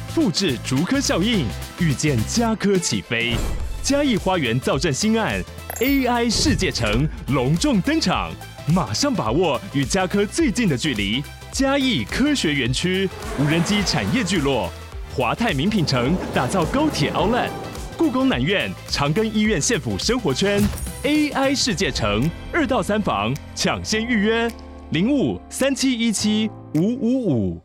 复制竹科效应，预见家科起飞。嘉义花园造镇新案 AI 世界城隆重登场，马上把握与家科最近的距离。嘉义科学园区无人机产业聚落，华泰名品城打造高铁 Outlet， 故宫南院长庚医院县府生活圈 AI 世界城2到3房抢先预约0537175555。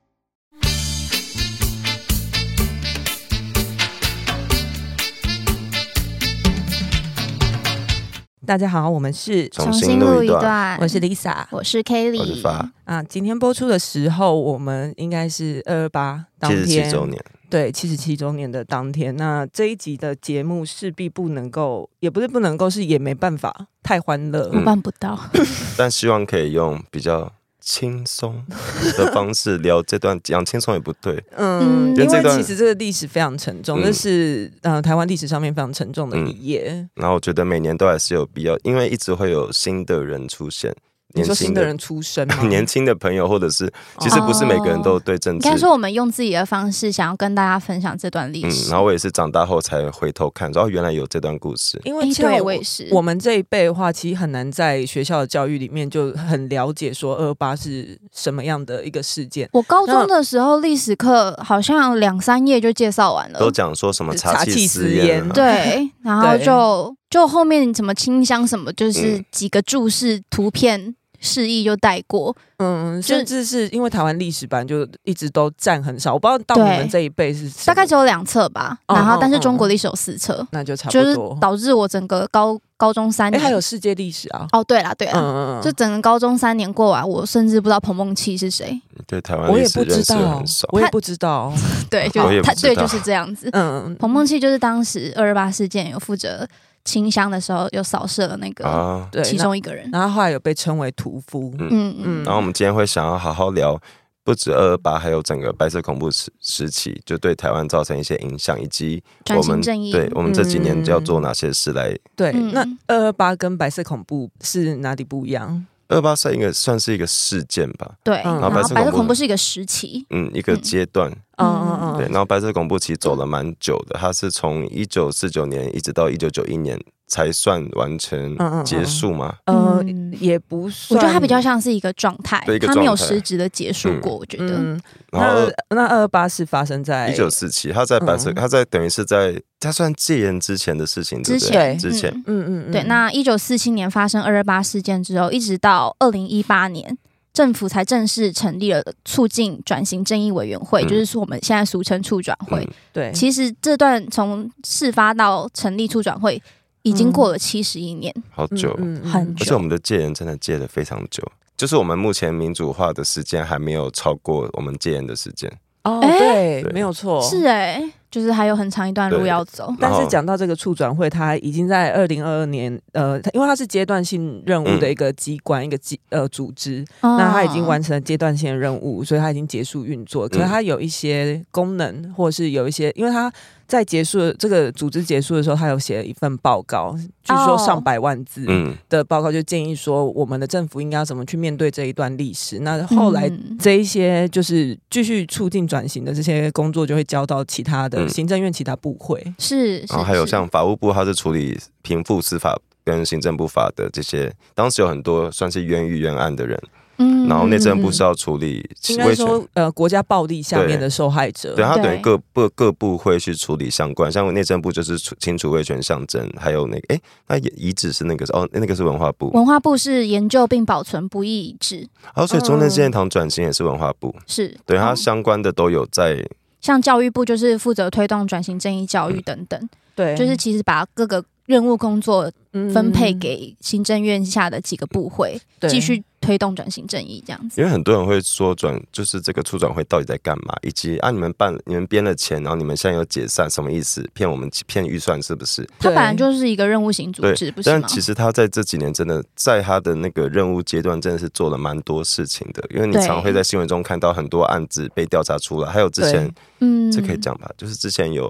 大家好，我们是重新录一段， 我是 Lisa， 我是 Kelly， 我是发啊。今天播出的时候，我们应该是228当天 77周年， 对，77周年的当天。那这一集的节目势必不能够，也不是不能够，是也没办法太欢乐， 我办不到。 但希望可以用比较轻松的方式聊这段，讲轻松也不对， 因为其实这个历史非常沉重，这是台湾历史上面非常沉重的一页。 然后我觉得每年都还是有必要，因为一直会有新的人出现。 你说新的人出生吗？ 年轻的朋友，或者是其实不是每个人都对政治。 应该说我们用自己的方式想要跟大家分享这段历史。 然后我也是长大后才回头看，然后原来有这段故事。 因为对我也是， 我们这一辈的话，其实很难在学校的教育里面就很了解说228是什么样的一个事件。 我高中的时候历史课好像2-3页就介绍完了， 都讲说什么茶气私烟， 对，然后就后面什么清香什么，就是几个注释图片。示意就带过， 甚至是因为台湾历史版就一直都占很少，我不知道到你们这一辈是大概只有2册吧，然后但是中国历史有4册， 那就差不多， 就是导致我整个高中3年， 还有世界历史啊， 哦对啦，就整个高中3年过完，我甚至不知道彭梦琪是谁， 对台湾历史认识很少， 我也不知道， 对，就是这样子，彭梦琪就是当时228事件有负责。清乡的时候有扫射了那个其中一个人， 然后后来有被称为屠夫。 然后我们今天会想要好好聊，不止228，还有整个白色恐怖时期，就对台湾造成一些影响，以及我们对我们这几年要做哪些事来。 对，那228跟白色恐怖是哪里不一样 ？228算是一个事件吧， 对，然后白色恐怖是一个时期， 一个阶段，对，然后白色恐怖其实走了蛮久的，它是从1949年一直到1991年才算完成结束吗？ 也不算， 我觉得它比较像是一个状态，它没有实质的结束过，我觉得。 然后那228是发生在 1947，它在白色，它在等于是在它算戒严之前的事情，之前， 对。那1947年发生228事件之后，一直到2018年。政府才正式成立了促进转型正义委员会，就是说我们现在俗称促转会。 对， 其实这段从事发到成立促转会已经过了71年， 好久， 很久。 而且我们的戒严真的戒得非常久，就是我们目前民主化的时间还没有超过我们戒严的时间。 对，没有错， 是就是还有很长一段路要走。 但是讲到这个促转会，它已经在2022年，因为它是阶段性任务的一个机关，一个组织，那它已经完成了阶段性的任务，所以它已经结束运作。可是它有一些功能，或者是有一些，因为它在结束这个组织结束的时候，它有写了一份报告，据说上百万字的报告，就建议说我们的政府应该要怎么去面对这一段历史。那后来这一些就是继续促进转型的这些工作，就会交到其他的行政院其他部会。 然后还有像法务部，它是处理贫富司法跟行政部法的这些，当时有很多算是冤狱冤案的人。然后内政部是要处理应该说国家暴力下面的受害者， 对，它等于各部会去处理相关，像内政部就是清除威权象征，还有那个那遗址是那个那个是文化部， 文化部是研究并保存不义遗址， 所以中正纪念堂转型也是文化部， 是对，它相关的都有在。 像教育部就是负责推动转型正义教育等等，对，就是其实把各个任务工作分配给行政院下的几个部会，继续推动转型正义这样子。 因为很多人会说就是这个促转会到底在干嘛，以及你们编了钱，然后你们现在有解散，什么意思？骗我们骗预算是不是？ 它本来就是一个任务型组织，不是吗？ 但其实他在这几年真的在他的那个任务阶段，真的是做了蛮多事情的。因为你常会在新闻中看到很多案子被调查出来，还有之前这可以讲吧，就是之前有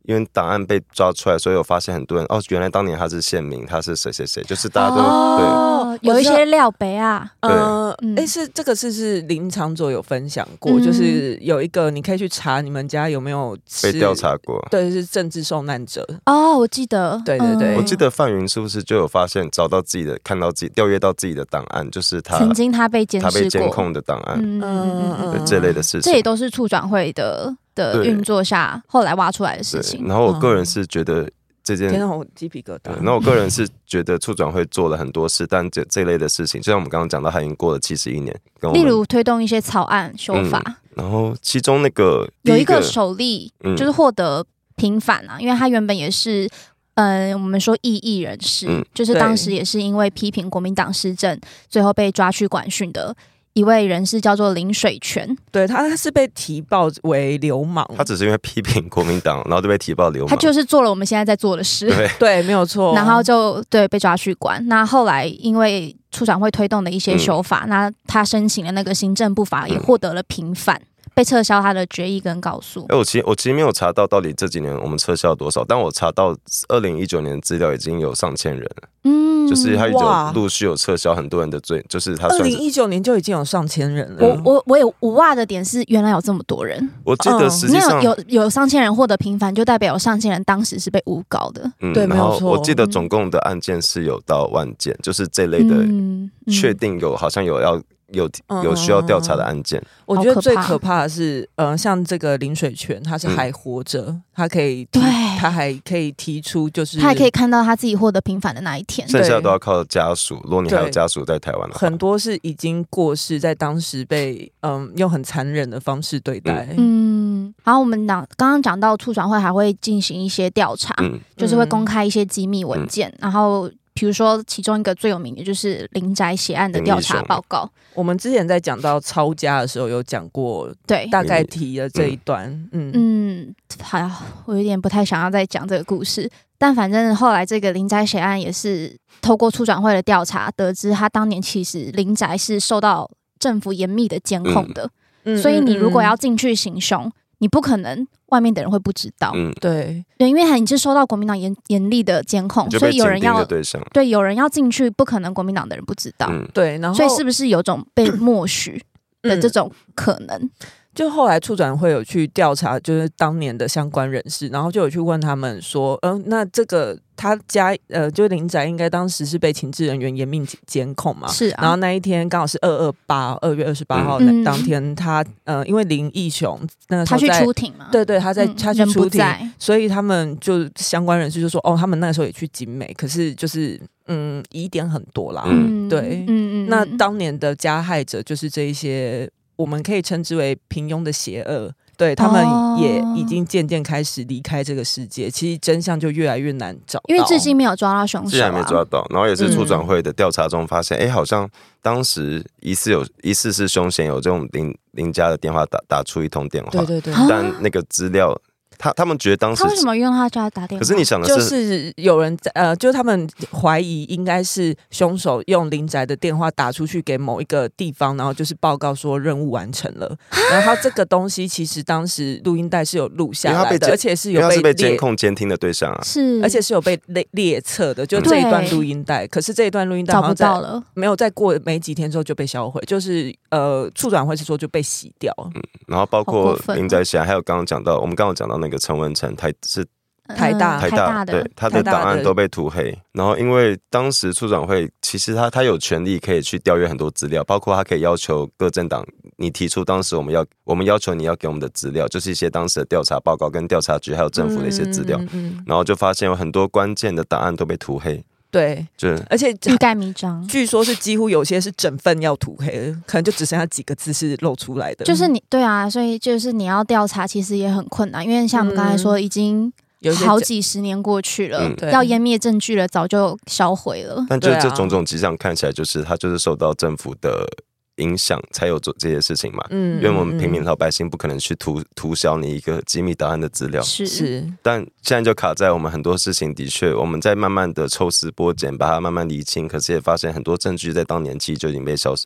因为档案被抓出来，所以我发现很多人原来当年他是县民，他是谁谁谁，就是大家都、 对，有一些料杯啊， 是这个是林长佐有分享过，就是有一个你可以去查你们家有没有被调查过， 对，是政治受难者我记得， 对对对， 我记得范云是不是就有发现找到自己的，看到自己调阅到自己的档案，就是曾经他被监控的档案，这类的事情，这也都是促转会的运作下后来挖出来的事情。 然后我个人是觉得这件， 天哪，我鸡皮疙瘩。 然后我个人是觉得促转会做了很多事，但这类的事情，就像我们刚刚讲到，它已经过了71年。 例如推动一些草案修法， 然后其中那个有一个首例，就是获得平反因为他原本也是。我们说异议人士，就是当时也是因为批评国民党施政，最后被抓去管训的一位人士，叫做林水泉。 对，他是被提报为流氓， 他只是因为批评国民党，然后就被提报流氓。 他就是做了我们现在在做的事， 对，没有错。 然后就被抓去管。那后来因为促转会推动的一些修法，那他申请的那个行政部法也获得了平反。被撤销他的决议跟告诉。 我其实没有查到底这几年我们撤销多少，但我查到2019年的资料已经有上千人了。就是他陆续有撤销很多人的罪，就是他 2019年就已经有上千人了。 我挖的点是原来有这么多人。 我记得实际上有上千人获得平反，就代表有上千人当时是被诬告的。 对，没有错。 我记得总共的案件是有到10000件，就是这类的确定好像有需要调查的案件。 我觉得最可怕的是，像这个林水泉，他是还活着，他还可以提出，就是他还可以看到他自己获得平反的那一天。 剩下都要靠家属，如果你还有家属在台湾的话， 很多是已经过世，在当时被用很残忍的方式对待。 然后我们刚刚讲到促转会还会进行一些调查，就是会公开一些机密文件，然后。比如说，其中一个最有名的就是林宅血案的调查报告。 我们之前在讲到抄家的时候有讲过，对，大概提了这一段。好，我有点不太想要再讲这个故事，但反正后来这个林宅血案也是透过促转会的调查，得知他当年其实林宅是受到政府严密的监控的，所以你如果要进去行凶，你不可能外面的人会不知道。 对， 因为你是受到国民党严厉的监控，所以有人要进去，不可能国民党的人不知道。 对，然后所以是不是有种被默许的这种可能？ 就后来促转会有去调查，就是当年的相关人士，然后就有去问他们说，那这个他家就林宅应该当时是被情治人员严密监控嘛？是啊。然后那一天刚好是2月28号当天，他因为林义雄那个时候他去出庭嘛， 对，他去出庭，所以他们就相关人士就说，他们那个时候也去景美，可是就是疑点很多啦。对，那当年的加害者就是这一些。我们可以称之为平庸的邪恶，对，他们也已经渐渐开始离开这个世界，其实真相就越来越难找到， 因为至今没有抓到凶手， 还没抓到。然后也是促转会的调查中发现，好像当时疑似是凶嫌有这种林家的电话打出一通电话， 对， 但那个资料。他们觉得当时他为什么用他家打电话？ 可是你想的就是有人就是他们怀疑应该是凶手用林宅的电话打出去给某一个地方，然后就是报告说任务完成了。然后他这个东西其实当时录音带是有录下来的，而且是有被监控监听的对象啊， 是， 而且是有被列册的，就这一段录音带。可是这一段录音带好像找不到了， 没有再过没几天之后就被销毁，就是促转会是说就被洗掉。 然后包括林宅血案，还有我们刚刚讲到那个陈文成，他是台大的， 对，他的档案都被涂黑。然后因为当时促转会其实他有权利可以去调阅很多资料，包括他可以要求各政党，你提出当时我们要求你要给我们的资料，就是一些当时的调查报告跟调查局还有政府的一些资料。然后就发现有很多关键的档案都被涂黑。 对，而且欲盖弥彰， 据说是几乎有些是整份要涂黑，可能就只剩下几个字是露出来的。 就是对啊，所以就是你要调查，其实也很困难，因为像我们刚才说，已经好几十年过去了，要湮灭证据了，早就销毁了。 但就是这种种迹象看起来，就是他就是受到政府的影响才有做这些事情嘛。因为我们平民老百姓不可能去涂销你一个机密档案的资料， 是。 但现在就卡在我们很多事情，的确我们在慢慢的抽丝剥茧，把它慢慢厘清，可是也发现很多证据在当年其实就已经被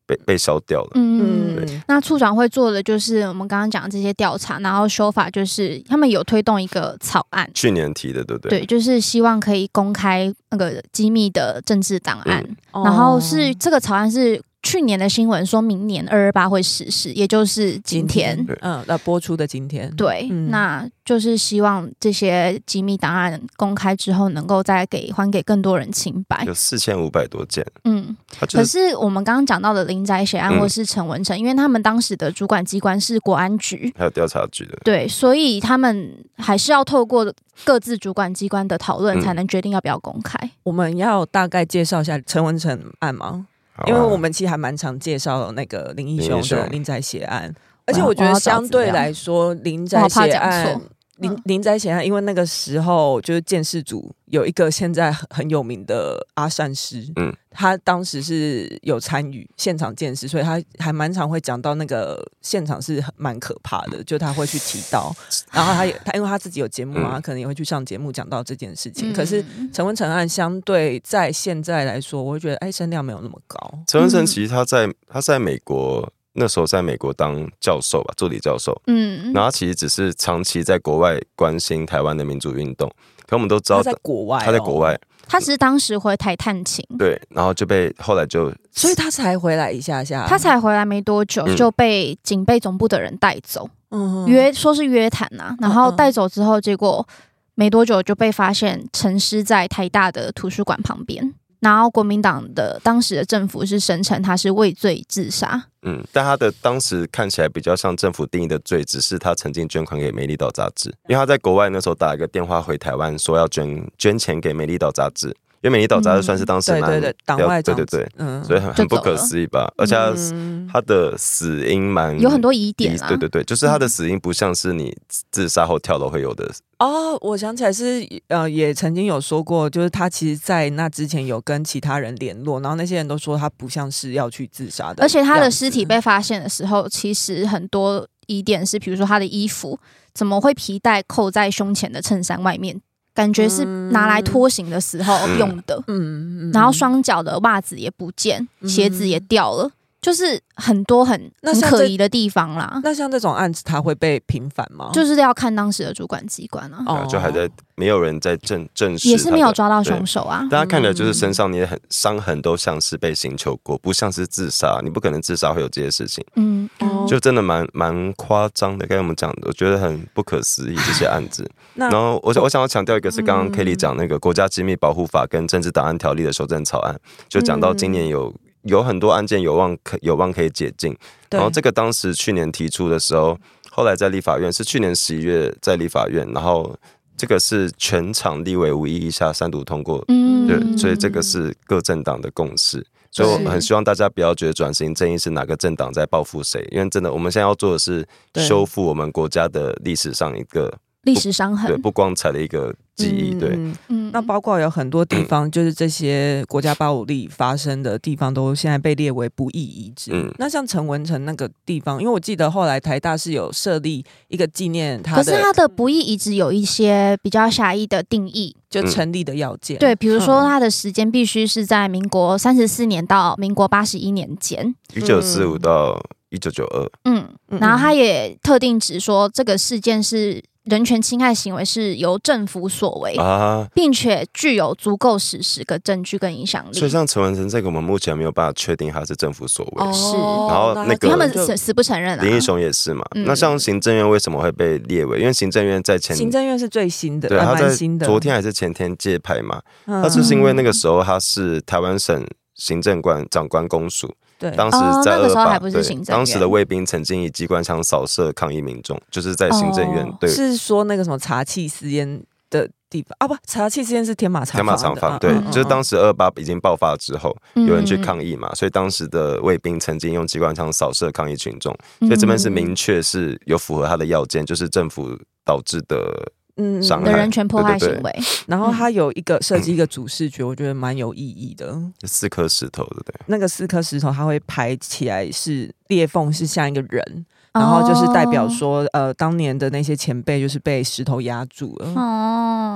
被消掉了。 那促转会做的就是我们刚刚讲的这些调查，然后修法就是他们有推动一个草案， 去年提的，对不对？ 对，就是希望可以公开那个机密的政治档案，然后是这个草案是去年的新闻，说明年228会实施，也就是今天， 那播出的今天， 对，那就是希望这些机密档案公开之后，能够再还给更多人清白。 有4500多件， 可是我们刚刚讲到的林宅血案或是陈文成，因为他们当时的主管机关是国安局， 还有调查局的， 对，所以他们还是要透过各自主管机关的讨论，才能决定要不要公开。 我们要大概介绍一下陈文成案吗？因为我们其实还蛮常介绍那个林义雄的林宅血案，而且我觉得相对来说，林宅血案，林宅血案，因为那个时候就是鉴识组有一个现在很有名的阿善师，他当时是有参与现场鉴识，所以他还蛮常会讲到那个现场是蛮可怕的，就他会去提到，然后他因为他自己有节目嘛，他可能也会去上节目讲到这件事情。可是陈文成案相对在现在来说，我会觉得声量没有那么高。 陈文成其实他在美国。那时候在美国当教授吧，助理教授。然后他其实只是长期在国外关心台湾的民主运动。可我们都知道他在国外， 他只是当时回台探亲， 对，然后后来就， 所以他才回来一下下， 他才回来没多久就被警备总部的人带走，说是约谈啊，然后带走之后，结果没多久就被发现沉尸在台大的图书馆旁边。然后国民党的当时的政府是声称他是畏罪自杀， 但他的当时看起来比较像政府定义的罪，只是他曾经捐款给《美丽岛》杂志，因为他在国外那时候打一个电话回台湾，说要捐钱给《美丽岛》杂志。因为《美丽岛》杂志算是当时对党外对，所以很不可思议吧？而且他的死因有很多疑点啊， 对，就是他的死因不像是你自杀后跳楼会有的。 我想起来是也曾经有说过，就是他其实在那之前有跟其他人联络，然后那些人都说他不像是要去自杀的， 而且他的尸体被发现的时候，其实很多疑点是，比如说他的衣服怎么会皮带扣在胸前的衬衫外面。感觉是拿来拖行的时候用的，然后双脚的袜子也不见，鞋子也掉了，就是很多很可疑的地方啦。 那像这种案子，它会被平反吗？ 就是要看当时的主管机关啊， 就还在没有人在证实， 也是没有抓到凶手啊。 大家看的就是身上那些伤痕都像是被刑求过，不像是自杀，你不可能自杀会有这些事情。就真的蛮夸张的，该我们讲的，我觉得很不可思议这些案子。然后我想要强调一个是刚刚 Kelly 讲那个国家机密保护法跟政治档案条例的修正草案，就讲到今年有很多案件有望可以解禁。然后这个当时去年提出的时候，后来在立法院是去年11月在立法院，然后这个是全场立委无异议下3读通过，对，所以这个是各政党的共识。所以我很希望大家不要觉得转型正义是哪个政党在报复谁，因为真的我们现在要做的是修复我们国家的历史上一个历史伤痕， 对，不光彩的一个记忆。对， 那包括有很多地方，就是这些国家暴力发生的地方，都现在被列为不义遗址。那像陈文成那个地方，因为我记得后来台大是有设立一个纪念他的， 可是他的不义遗址有一些比较狭义的定义， 就成立的要件。 对，比如说他的时间必须是在民国34年到民国81年间 ，1945到1992。 然后他也特定指说这个事件是人权侵害行为是由政府所为，并且具有足够事实的证据跟影响力。 所以像陈文成这个，我们目前没有办法确定他是政府所为。 是， 然后那个他们死不承认啊。 林义雄也是嘛。那像行政院为什么会被列为？因为行政院在行政院是最新的， 对，他在昨天还是前天揭牌嘛。他就是因为那个时候他是台湾省行政长官公署。 对， 当时在那个时候还不是行政院， 当时的卫兵曾经以机关枪扫射抗议民众，就是在行政院。对， 是说那个什么查缉私烟的地方啊？不，查缉私烟是天马长房。 对，就是当时228已经爆发之后，有人去抗议嘛，所以当时的卫兵曾经用机关枪扫射抗议群众，所以这边是明确是有符合他的要件，就是政府导致的。伤害的人权破坏行为， 然后他有一个设计一个主视觉，我觉得蛮有意义的。 4颗石头，对不对？ 那个4颗石头，它会排起来是裂缝，是像一个人，然后就是代表说，当年的那些前辈就是被石头压住了。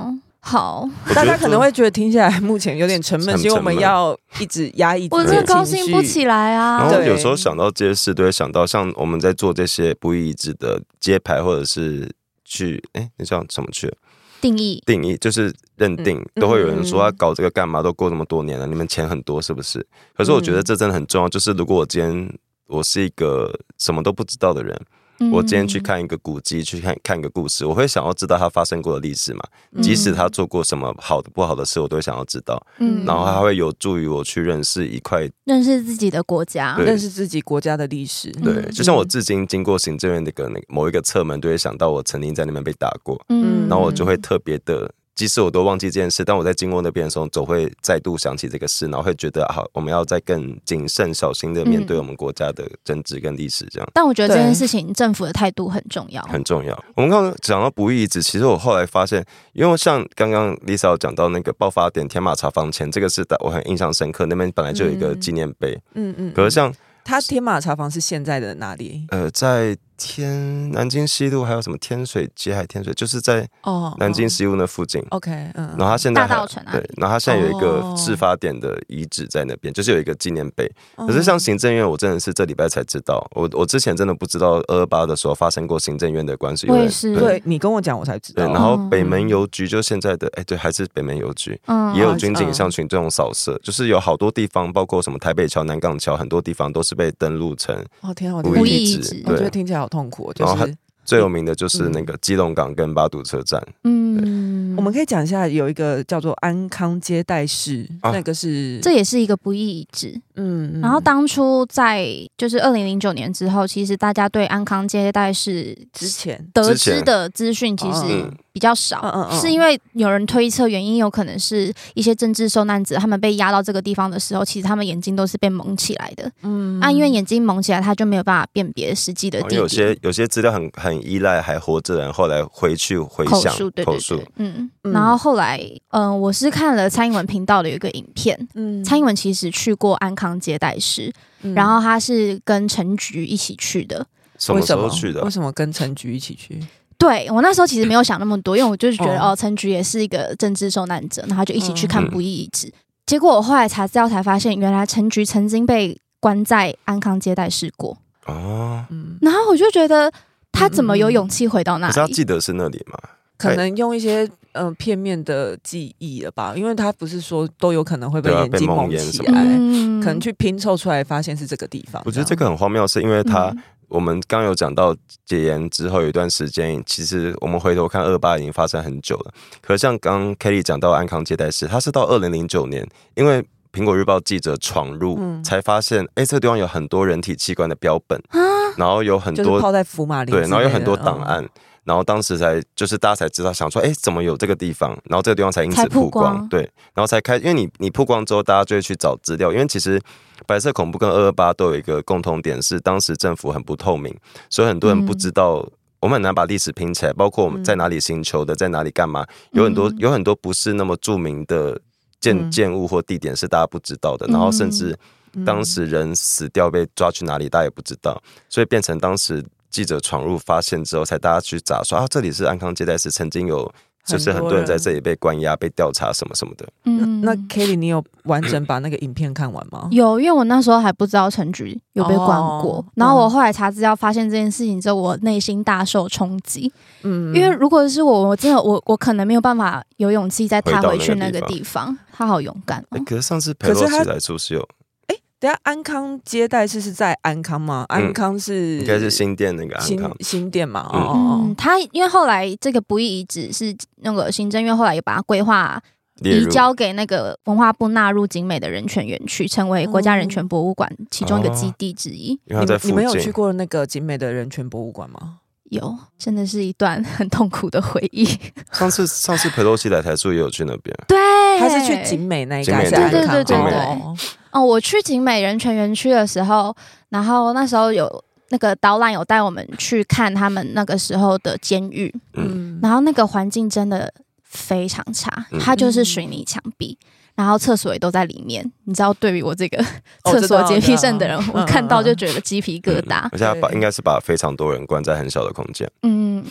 好， 大家可能会觉得听起来目前有点沉闷，所以我们要一直压抑自己的情绪。 我真的高兴不起来啊！ 然后有时候想到这些事，都会想到像我们在做这些不义遗址的揭牌，或者是去那叫什么去了？定义就是认定，都会有人说要搞这个干嘛？都过这么多年了，你们钱很多是不是？可是我觉得这真的很重要，就是如果我今天我是一个什么都不知道的人。我今天去看一个古迹，去看一个故事，我会想要知道它发生过的历史嘛。即使他做过什么好的不好的事，我都会想要知道。然后它会有助于我去认识认识自己的国家， 认识自己国家的历史。 对，就像我至今经过行政院那个某一个侧门，都会想到我曾经在那边被打过。然后我就会特别的。即使我都忘记这件事，但我在经过那边的时候，总会再度想起这个事，然后会觉得好，我们要再更谨慎小心的面对我们国家的政治跟历史这样。 但我觉得这件事情政府的态度很重要， 很重要。我们刚刚讲到不义遗址，其实我后来发现，因为像刚刚 Lisa 有讲到那个爆发点天马茶坊前，这个是我很印象深刻，那边本来就有一个纪念碑。可是像它天马茶坊是现在的哪里？ 在南京西路还有什么天水街还天水，就是在南京西路那附近。 OK， 然后它现在大稻埕对，然后它现在有一个事发点的遗址在那边，就是有一个纪念碑。可是像行政院，我真的是这礼拜才知道，我之前真的不知道228的时候发生过行政院的官司。 我也是， 对你跟我讲我才知道。 对，然后北门邮局就现在的对，还是北门邮局，也有军警向群众扫射，就是有好多地方，包括什么台北桥、南港桥，很多地方都是被登录成不义遗址。 我觉得听起来好痛苦，就是最有名的就是那个基隆港跟八堵车站。 我们可以讲一下，有一个叫做安康接待室，那个是这也是一个不义遗址。然后当初在就是2009年之后，其实大家对安康接待室之前得知的资讯其实比较少，是因为有人推测原因有可能是一些政治受难者他们被押到这个地方的时候，其实他们眼睛都是被蒙起来的。因为眼睛蒙起来，他就没有办法辨别实际的地点。 有些资料很依赖还活着的人，后来回想口述。 然后后来我是看了蔡英文频道的有一个影片，蔡英文其实去过安康接待室，然后他是跟陈菊一起去的。 什么时候去的？ 为什么跟陈菊一起去？ 对，我那时候其实没有想那么多，因为我就是觉得陈菊也是一个政治受难者，然后就一起去看不义遗址。结果我后来查资料才发现，原来陈菊曾经被关在安康接待室过。然后我就觉得他怎么有勇气回到那里？ 可是他记得是那里吗？ 可能用一些片面的记忆了吧，因为他不是说都有可能会被眼睛蒙起来，可能去拼凑出来发现是这个地方。 我觉得这个很荒谬，是因为我们刚有讲到解严之后有一段时间，其实我们回头看228已经发生很久了。可是像刚刚 Kelly 讲到安康接待室，他是到2009年，因为苹果日报记者闯入，才发现这个地方有很多人体器官的标本，然后有很多就是泡在福马林， 对，然后有很多档案。然后当时就是大家才知道，想说怎么有这个地方，然后这个地方才因此曝光，对，然后才因为你曝光之后，大家就会去找资料，因为其实白色恐怖跟228都有一个共同点，是当时政府很不透明，所以很多人不知道，我们很难把历史拼起来，包括我们在哪里星球的，在哪里干嘛，有很多不是那么著名的建物或地点是大家不知道的，然后甚至当时人死掉被抓去哪里，大家也不知道，所以变成当时记者闯入发现之后，才大家去查说这里是安康接待室，曾经有就是很多人在这里被关押、被调查什么什么的。 那 Kelly 你有完整把那个影片看完吗？ 有，因为我那时候还不知道陈菊有被关过，然后我后来查资料发现这件事情之后，我内心大受冲击。因为如果是我真的我可能没有办法有勇气再踏回去那个地方。他好勇敢可是上次裴洛西来出是有。 等下安康接待室是在安康吗？安康是应该是新店那个安康新店嘛。 他因为后来这个不义遗址是那个行政院后来有把它规划移交给那个文化部纳入景美的人权园区，成为国家人权博物馆其中一个基地之一。 你们有去过那个景美的人权博物馆吗？ 有，真的是一段很痛苦的回忆。 上次裴洛西来台处也有去那边。 对， 他是去景美那一个， 对。我去景美人权园区的时候，然后那时候有那个导览有带我们去看他们那个时候的监狱，然后那个环境真的非常差，它就是水泥墙壁，然后厕所也都在里面。你知道，对于我这个厕所洁癖症的人，我看到就觉得鸡皮疙瘩。 而且他应该是把非常多人关在很小的空间。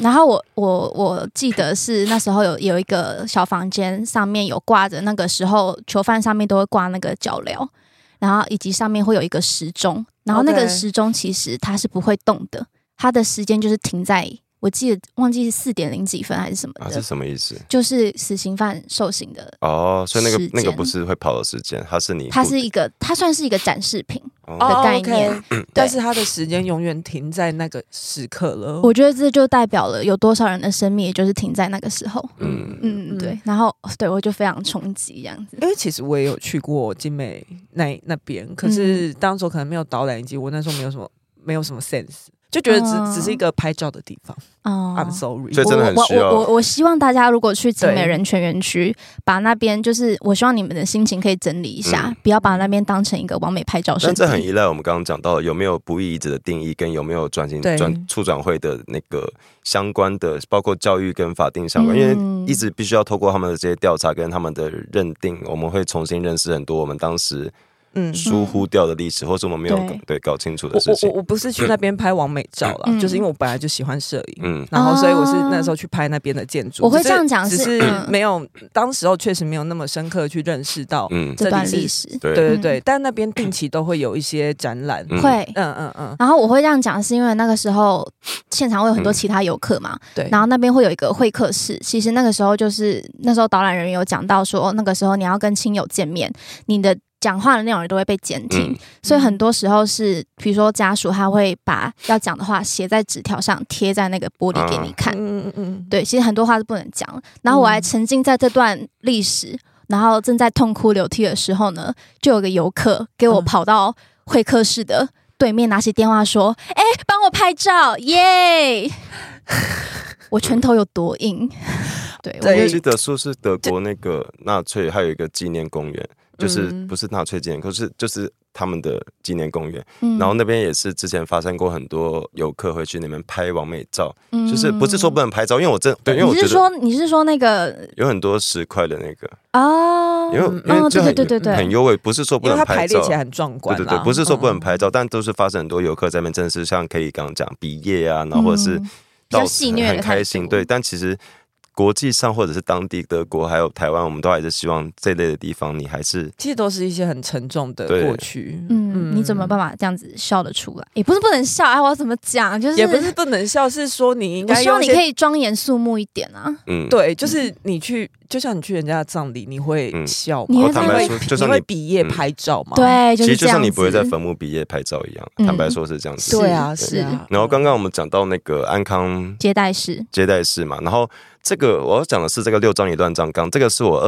然后我记得是那时候有一个小房间，上面有挂着那个时候囚犯上面都会挂那个脚镣，然后以及上面会有一个时钟，然后那个时钟其实它是不会动的，它的时间就是停在。我记得忘记是4点0几分还是什么的， 是什么意思？ 就是死刑犯受刑的所以那个不是会跑的时间，它算是一个展示品的概念， 但是它的时间永远停在那个时刻了。 我觉得这就代表了有多少人的生命，也就是停在那个时候。对。然后对我就非常冲击这样子， 因为其实我也有去过景美那边，可是当时可能没有导览，以及我那时候没有什么 sense。就觉得只是一个拍照的地方。I'm sorry， 所以真的很需要。 我希望大家如果去景美人权园区，把那边就是我希望你们的心情可以整理一下，不要把那边当成一个完美拍照圣地。 但这很依赖我们刚刚讲到的有没有不义遗址的定义，跟有没有促转会的那个相关的，包括教育跟法定相关。因为一直必须要透过他们的这些调查跟他们的认定，我们会重新认识很多我们当时。疏忽掉的历史，或是我们没有搞清楚的事情。 我不是去那边拍完美照啦，就是因为我本来就喜欢摄影，然后所以我是那时候去拍那边的建筑。 我会这样讲， 只是没有当时候确实没有那么深刻去认识到这段历史。 对，但那边定期都会有一些展览， 会然后我会这样讲，是因为那个时候现场会有很多其他游客嘛，对，然后那边会有一个会客室。其实那个时候那时候导览人员有讲到说，那个时候你要跟亲友见面，你的讲话的内容都会被监听，所以很多时候是，比如说家属他会把要讲的话写在纸条上，贴在那个玻璃给你看。对，其实很多话是不能讲。然后我还沉浸在这段历史，然后正在痛哭流涕的时候呢，就有个游客给我跑到会客室的对面，拿起电话说：“帮我拍照，耶！”我拳头有多硬？对， 我记得说是德国那个纳粹还有一个纪念公园。就是不是纳粹纪念，可是就是他们的纪念公园，然后那边也是之前发生过很多游客会去那边拍完美照，就是不是说不能拍照，因为我觉得你是说那个有很多石块的那个因为对很优美，不是说不能拍照， 因为它排列起来很壮观， 对，不是说不能拍照，但都是发生很多游客在那边，真的是像可以刚刚讲毕业啊，然后或者是比较戏谑很开心，对，但其实。国际上或者是当地德国还有台湾，我们都还是希望这类的地方，你还是其实都是一些很沉重的过去。 你怎么办法这样子笑得出来？也不是不能笑，我要怎么讲？就是也不是不能笑，是说你应该我希望你可以庄严肃穆一点啊。 对，就是你去，就像你去人家的葬礼，你会笑吗？ 你会毕业拍照吗？ 对， 其实就像你不会在坟墓毕业拍照一样，坦白说是这样子。 对啊，是啊。 然后刚刚我们讲到那个安康接待室嘛，然后。这个我要讲的是这个6张里乱葬岗，这个是我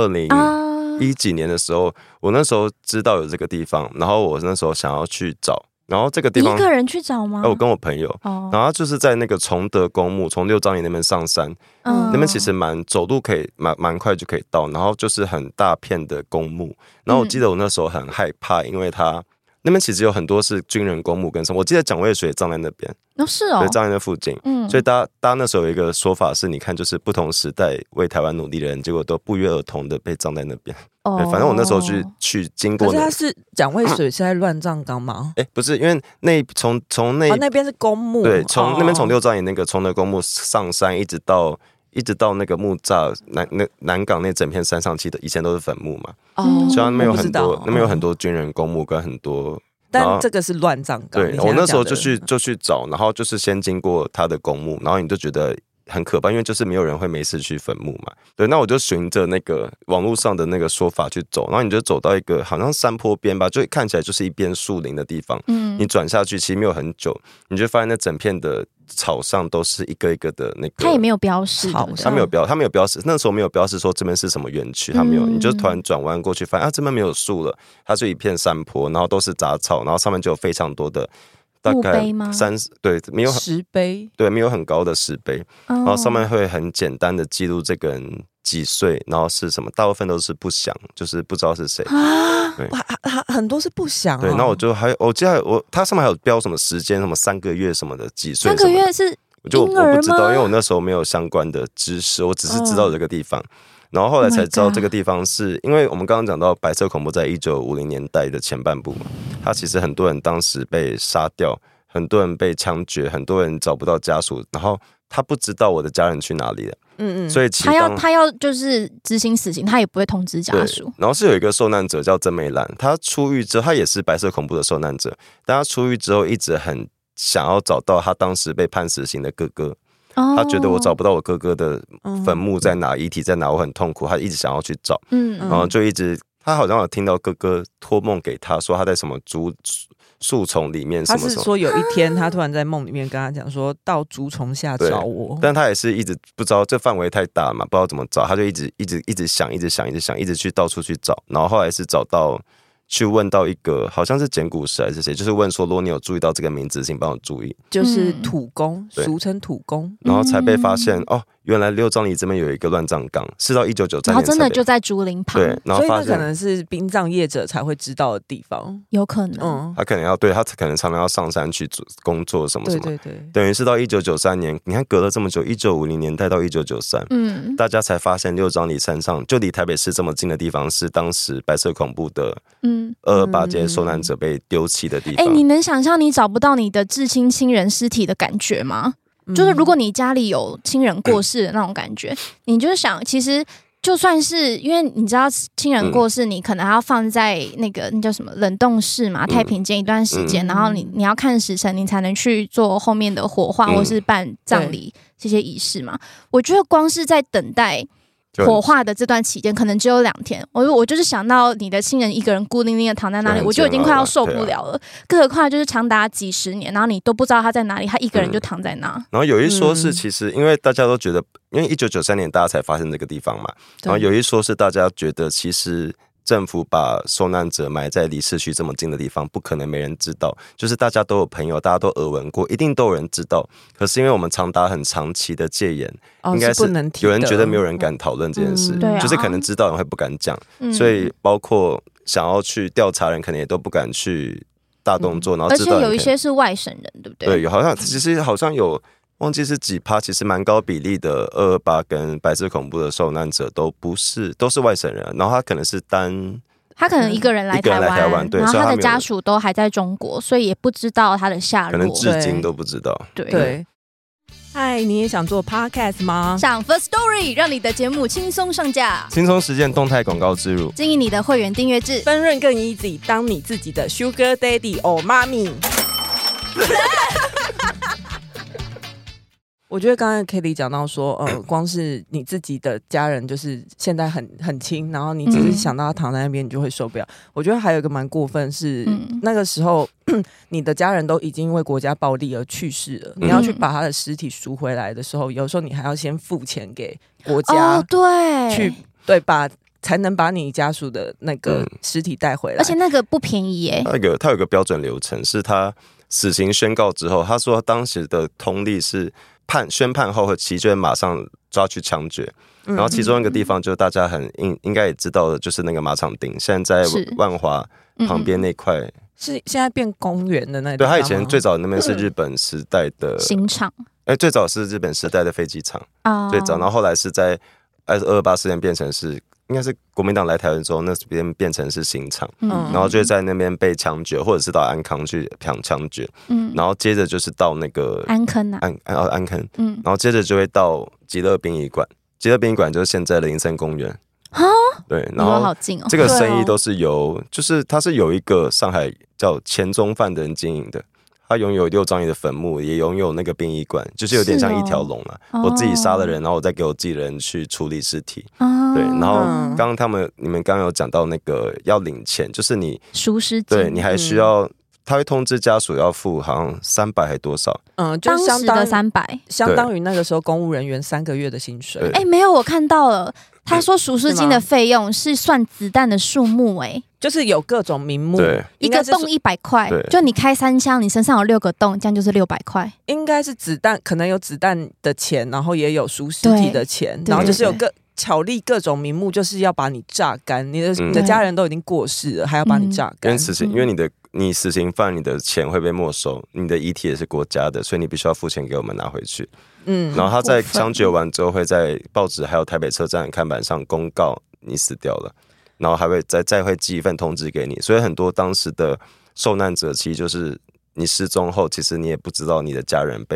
2010几年的时候，我那时候知道有这个地方，然后我那时候想要去找，然后这个地方你一个人去找吗？ 我跟我朋友，然后就是在那个崇德公墓，从6张里那边上山，那边其实走路可以蛮快就可以到，然后就是很大片的公墓，然后我记得我那时候很害怕，因为那边其实有很多是军人公墓跟什么，我记得蒋渭水葬在那边， 是哦， 对，葬在那附近，所以大家那时候有一个说法是，你看就是不同时代为台湾努力的人，结果都不约而同的被葬在那边。对，反正我那时候去经过， 可是他是蒋渭水是在乱葬岗吗？ 不是，因为从那边是公墓， 对，从那边从6张里那个崇德公墓上山一直到那个木栅南港那整片山上，其实以前都是坟墓嘛。所以那边有很多军人公墓跟很多， 但这个是乱葬岗。 对，我那时候就去找，然后就是先经过他的公墓，然后你就觉得很可怕，因为就是没有人会没事去坟墓嘛。对，那我就循着那个网络上的那个说法去走，然后你就走到一个好像山坡边吧，就看起来就是一边树林的地方。你转下去其实没有很久，你就发现那整片的草上都是一个一个的那个， 它也没有标示， 它没有标示，那时候没有标示说这边是什么园区，它没有，你就突然转弯过去，发现这边没有树了，它是一片山坡，然后都是杂草，然后上面就有非常多的。大概30，对，没有石碑， 对，没有很高的石碑，然后上面会很简单的记录这个人几岁，然后是什么，大部分都是不详，就是不知道是谁很多是不详。 对，那我记得它上面还有标什么时间，什么3个月什么的，几岁，3 个月是我不知道，因为我那时候没有相关的知识，我只是知道这个地方。然后后来才知道这个地方是因为我们刚刚讲到白色恐怖在1950年代的前半部嘛，它其实很多人当时被杀掉，很多人被枪决，很多人找不到家属，然后他不知道我的家人去哪里了。所以他要就是执行死刑，他也不会通知家属。 然后是有一个受难者叫曾美兰，他出狱之后，他也是白色恐怖的受难者，但他出狱之后一直很想要找到他当时被判死刑的哥哥。他觉得我找不到我哥哥的坟墓在哪，遗体在哪，我很痛苦，他一直想要去找。然后就一直，他好像有听到哥哥托梦给他说他在什么树丛里面什么什么。 他是说有一天他突然在梦里面跟他讲说到竹丛下找我， 但他也是一直不知道，这范围太大嘛，不知道怎么找，他就一直想，一直去到处去找，然后后来是找到。去问到一个好像是简古石还是谁，就是问说，如果你有注意到这个名字，请帮我注意， 就是土公，俗称土公， 然后才被发现原来六张犁这边有一个乱葬岗，是到1993年， 然后真的就在竹林旁， 对，然后发现所以那可能是殡葬业者才会知道的地方， 有可能， 他可能常常要上山去工作什么什么， 对， 等于是到1993年，你看隔了这么久，1950年代到1993，大家才发现六张犁山上就离台北市这么近的地方，是当时白色恐怖的228街受难者被丢弃的地方。 你能想象你找不到你的至亲亲人尸体的感觉吗？就是如果你家里有亲人过世的那种感觉，你就是想，其实就算是因为你知道亲人过世，你可能还要放在那叫什么冷冻室嘛，太平间一段时间，然后你要看时辰，你才能去做后面的火化或是办葬礼这些仪式嘛。我觉得光是在等待火化的这段期间可能只有2天，我就是想到你的亲人一个人孤零零的躺在那里，我就已经快要受不了了，更何况就是长达几十年，然后你都不知道他在哪里，他一个人就躺在那。 然后有一说是其实因为大家都觉得，因为1993年大家才发现这个地方嘛，然后有一说是大家觉得其实政府把受难者埋在离市区这么近的地方，不可能没人知道，就是大家都有朋友，大家都耳闻过，一定都有人知道。可是因为我们长达很长期的戒严，应该是有人觉得没有人敢讨论这件事，就是可能知道人会不敢讲，所以包括想要去调查人，可能也都不敢去大动作，然后知道而且有一些是外省人，对不对？ 对，好像有。忘记是几%，其实蛮高比例的228跟白色恐怖的受难者都是外省人，然后他可能是他可能一个人来台湾，然后他的家属都还在中国，所以也不知道他的下落， 可能至今都不知道。 对。 嗨，你也想做 podcast 吗？ 上 Firstory 让你的节目轻松上架， 轻松实践动态广告植入， 经营你的会员订阅制， 分润更 easy， 当你自己的 Sugar Daddy or Mommy。我觉得刚才 Kelly 讲到说，光是你自己的家人就是现在很亲，然后你只是想到他躺在那边，你就会受不了。我觉得还有一个蛮过分是，那个时候你的家人都已经因为国家暴力而去世了，你要去把他的尸体赎回来的时候，有时候你还要先付钱给国家，才能把你家属的那个尸体带回来， 而且那个不便宜耶。 他有个标准流程，是他死刑宣告之后，他说当时的通例是宣判后期就会马上抓去枪决，然后其中一个地方就大家应该也知道的，就是那个马场町，现在在万华旁边那块， 是现在变公园的那地方。 对，他以前最早那边是日本时代的刑场， 最早是日本时代的飞机场，最早，然后后来是在228事件变成是。应该是国民党来台湾之后，那边变成是刑场，然后就在那边被枪决，或者是到安康去枪决，然后接着就是到那个安坑啊， 安坑，然后接着就会到极乐殡仪馆，极乐殡仪馆就是现在的林森公园，对，然后好近哦， 这个生意都是由，就是它是有一个上海叫前中饭的人经营的。他拥有6张犁的坟墓，也拥有那个殡仪馆，就是有点像一条龙了。我自己杀了人，然后我再给我自己的人去处理尸体。对，然后你们刚刚有讲到那个要领钱，就是你赎尸金， 对你还需要，他会通知家属要付好像300还多少？ 就是当时的300， 相当于那个时候公务人员3个月的薪水。 没有，我看到了。他说赎尸金的费用是算子弹的数目， 就是有各种名目， 一个洞100块，就你开3枪，你身上有6个洞，这样就是600块。 应该是子弹，可能有子弹的钱，然后也有赎尸体的钱，然后就是有巧立各种名目，就是要把你榨干。你的家人都已经过世了，还要把你榨干。 因为你死刑犯，你的钱会被没收，你的遗体也是国家的，所以你必须要付钱给我们拿回去。然后他在枪决完之后，会在报纸还有台北车站的看板上公告你死掉了，然后还会再会寄一份通知给你。所以很多当时的受难者，其实就是你失踪后，其实你也不知道你的家人被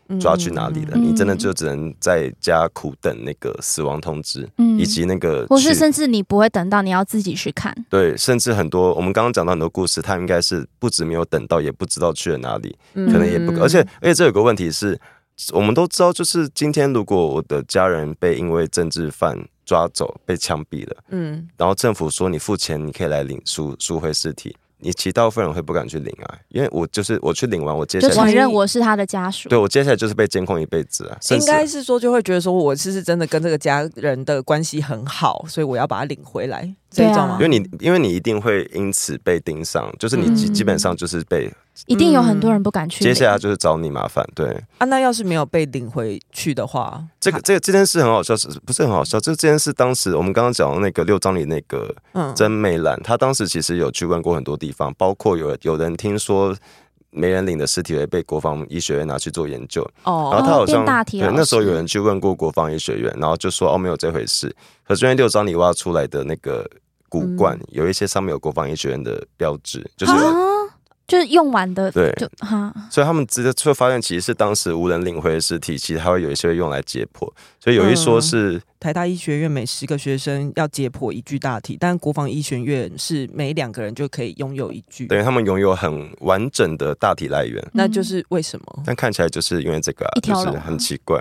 抓去哪里了，你真的就只能在家苦等那个死亡通知，以及那个或是甚至你不会等到，你要自己去看。 对，甚至很多我们刚刚讲到很多故事，他应该是不止没有等到，也不知道去了哪里，可能也不，而且这有个问题是，我们都知道，就是今天如果我的家人被因为政治犯抓走，被枪毙了，然后政府说你付钱，你可以来领赎回尸体。你其实大部分人会不敢去领啊，因为我去领完，我接下来就承认我是他的家属， 对我接下来就是被监控一辈子啊。 应该是说就会觉得说我是真的跟这个家人的关系很好，所以我要把他领回来，这种吗？ 因为你一定会因此被盯上，就是你基本上就是被。 一定有很多人不敢去领， 接下来就是找你麻烦，对啊。那要是没有被领回去的话， 这件事很好笑，不是很好笑？这件事当时我们刚刚讲的那个6章里那个曾美兰，她当时其实有去问过很多地方，包括有人听说没人领的尸体会被国防医学院拿去做研究，然后他好像对那时候有人去问过国防医学院，然后就说没有这回事。可是因为6章里挖出来的那个骨罐，有一些上面有国防医学院的标志， 就是用完的， 对，所以他们直接就发现，其实是当时无人领回的尸体，其实还会有一些会用来解剖。所以有一说是台大医学院每10个学生要解剖1具大体，但国防医学院是每2个人就可以拥有1具， 等于他们拥有很完整的大体来源。 那就是为什么？ 但看起来就是因为这个就是很奇怪。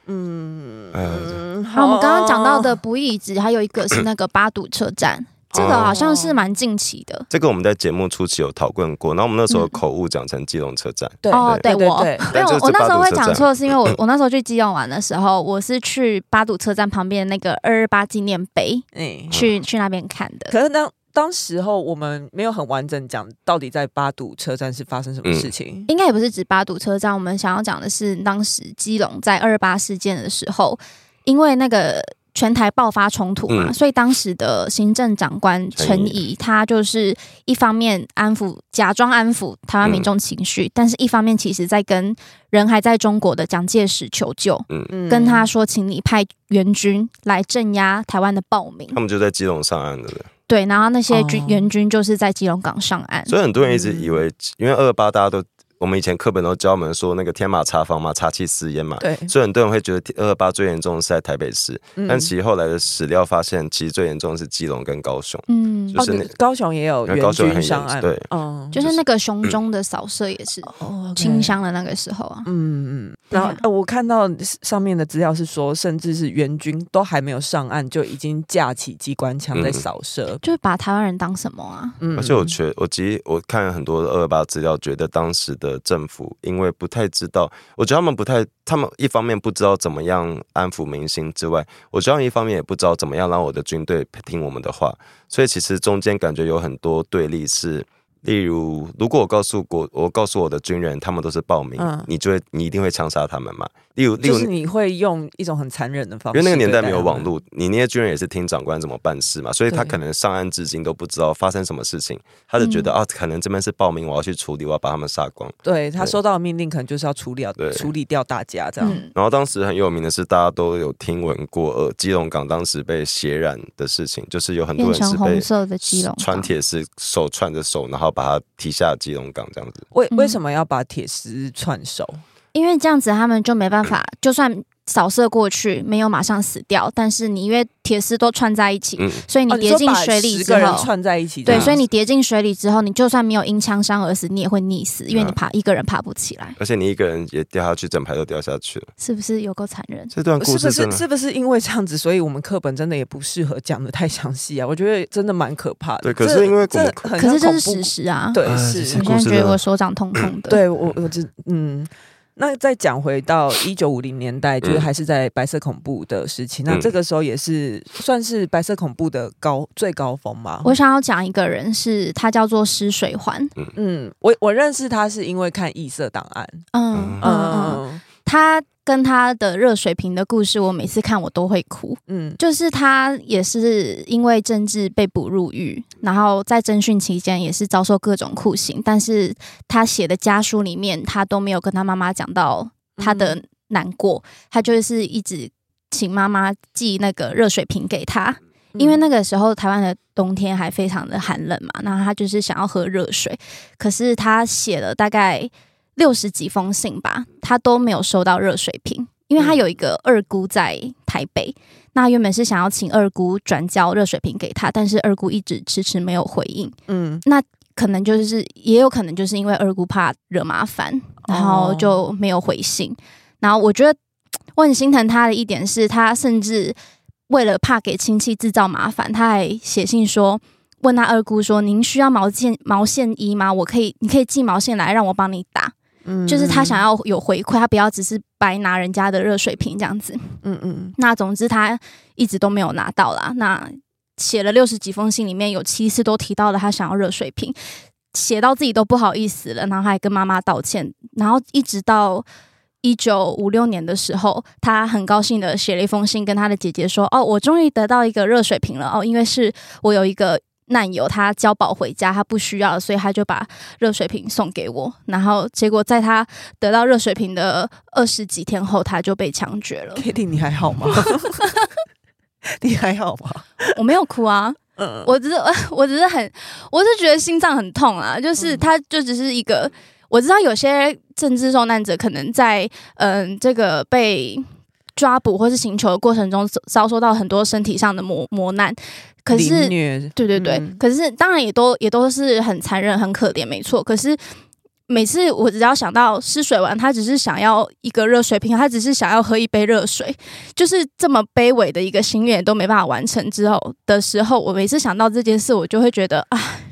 好，我们刚刚讲到的不义址，还有一个是那个八堵车站。这个好像是蛮近期的， 这个我们在节目初期有讨论过，然后我们那时候口误讲成基隆车站。 对，我那时候会讲错，是因为我那时候去基隆玩的时候，我是去八堵车站旁边那个228纪念碑，去那边看的。 可是当时候我们没有很完整讲到底在八堵车站是发生什么事情， 应该也不是指八堵车站，我们想要讲的是当时基隆在228事件的时候，因为那个全台爆发冲突嘛，所以当时的行政长官陈仪，他就是一方面假装安抚台湾民众情绪，但是一方面其实在跟人还在中国的蒋介石求救，跟他说，请你派援军来镇压台湾的暴民。 他们就在基隆上岸的。 对，然后那些援军就是在基隆港上岸， 所以很多人一直以为，因为228大家都。我们以前课本都教我们说那个天马茶坊嘛，茶气四烟嘛， 对， 所以很多人会觉得228最严重的是在台北市，但其实后来的史料发现，其实最严重的是基隆跟高雄， 就是高雄也有援军上岸， 对， 就是那个雄中的扫射也是清乡的那个时候啊， 然后我看到上面的资料是说，甚至是援军都还没有上岸，就已经架起机关枪在扫射， 就是把台湾人当什么啊？ 而且我看很多228资料，觉得当时的政府因为不太知道，我觉得他们一方面不知道怎么样安抚民心之外，我觉得一方面也不知道怎么样让我的军队听我们的话，所以其实中间感觉有很多对立是。例如，如果我告诉我的军人，他们都是暴民，你一定会枪杀他们嘛？例如， 就是你会用一种很残忍的方式， 因为那个年代没有网络，你那些军人也是听长官怎么办事嘛，所以他可能上岸至今都不知道发生什么事情，他就觉得可能这边是暴民，我要去处理，我要把他们杀光。 对，他收到的命令可能就是要处理掉大家这样。 然后当时很有名的是，大家都有听闻过基隆港当时被血染的事情，就是有很多人是被红色的基隆穿铁丝手串着手，然后把它提下基隆港这样子。 为什么要把铁丝串手？ 因为这样子他们就没办法，就算扫射过去没有马上死掉，但是你因为铁丝都串在一起，所以你跌进水里之后，10个人串在一起， 对，所以你跌进水里之后，你就算没有因枪伤而死，你也会溺死，因为你一个人爬不起来， 而且你一个人也掉下去，整排都掉下去了， 是不是有够残忍？ 这段故事是不是因为这样子，所以我们课本真的也不适合讲的太详细啊？我觉得真的蛮可怕的。 对，可是因为可是这是事实啊， 对，是。 我现在觉得我手掌痛痛的。 对我那再讲回到1950年代，就是还是在白色恐怖的时期，那这个时候也是算是白色恐怖的最高峰嘛。 我想要讲一个人，他叫做施水环。 我认识他是因为看《异色档案》。 他跟他的热水瓶的故事，我每次看我都会哭。就是他也是因为政治被捕入狱，然后在侦讯期间也是遭受各种酷刑，但是他写的家书里面，他都没有跟他妈妈讲到他的难过，他就是一直请妈妈寄那个热水瓶给他。因为那个时候台湾的冬天还非常的寒冷嘛，那他就是想要喝热水，可是他写了大概 60几封信吧，他都没有收到热水瓶，因为他有一个二姑在台北，那原本是想要请二姑转交热水瓶给他，但是二姑一直迟迟没有回应。那可能也有可能就是因为二姑怕惹麻烦，然后就没有回信。然后我觉得我很心疼他的一点是，他甚至为了怕给亲戚制造麻烦，他还写信说，问他二姑说：“您需要毛线衣吗？你可以寄毛线来让我帮你打。”就是他想要有回馈，他不要只是白拿人家的热水瓶这样子。那总之他一直都没有拿到啦。那写了60几封信，里面有7次都提到了他想要热水瓶，写到自己都不好意思了，然后还跟妈妈道歉，然后一直到1956年的时候，他很高兴的写了一封信跟他的姐姐说：“哦，我终于得到一个热水瓶了哦，因为是我有一个难友，他交保回家，他不需要，所以他就把热水瓶送给我。然后结果在他得到热水瓶的20几天后，他就被枪决了。” Kitty， 你还好吗？你还好吗？ 我没有哭啊。我只是觉得心脏很痛啊，就是他就只是一个，我知道有些政治受难者可能在这个被抓捕或是刑求的过程中遭受到很多身体上的磨难，可是对，可是当然也都是很残忍很可怜，没错。可是每次我只要想到失水丸，他只是想要一个热水瓶，他只是想要喝一杯热水，就是这么卑微的一个心愿都没办法完成之后的时候，我每次想到这件事，我就会觉得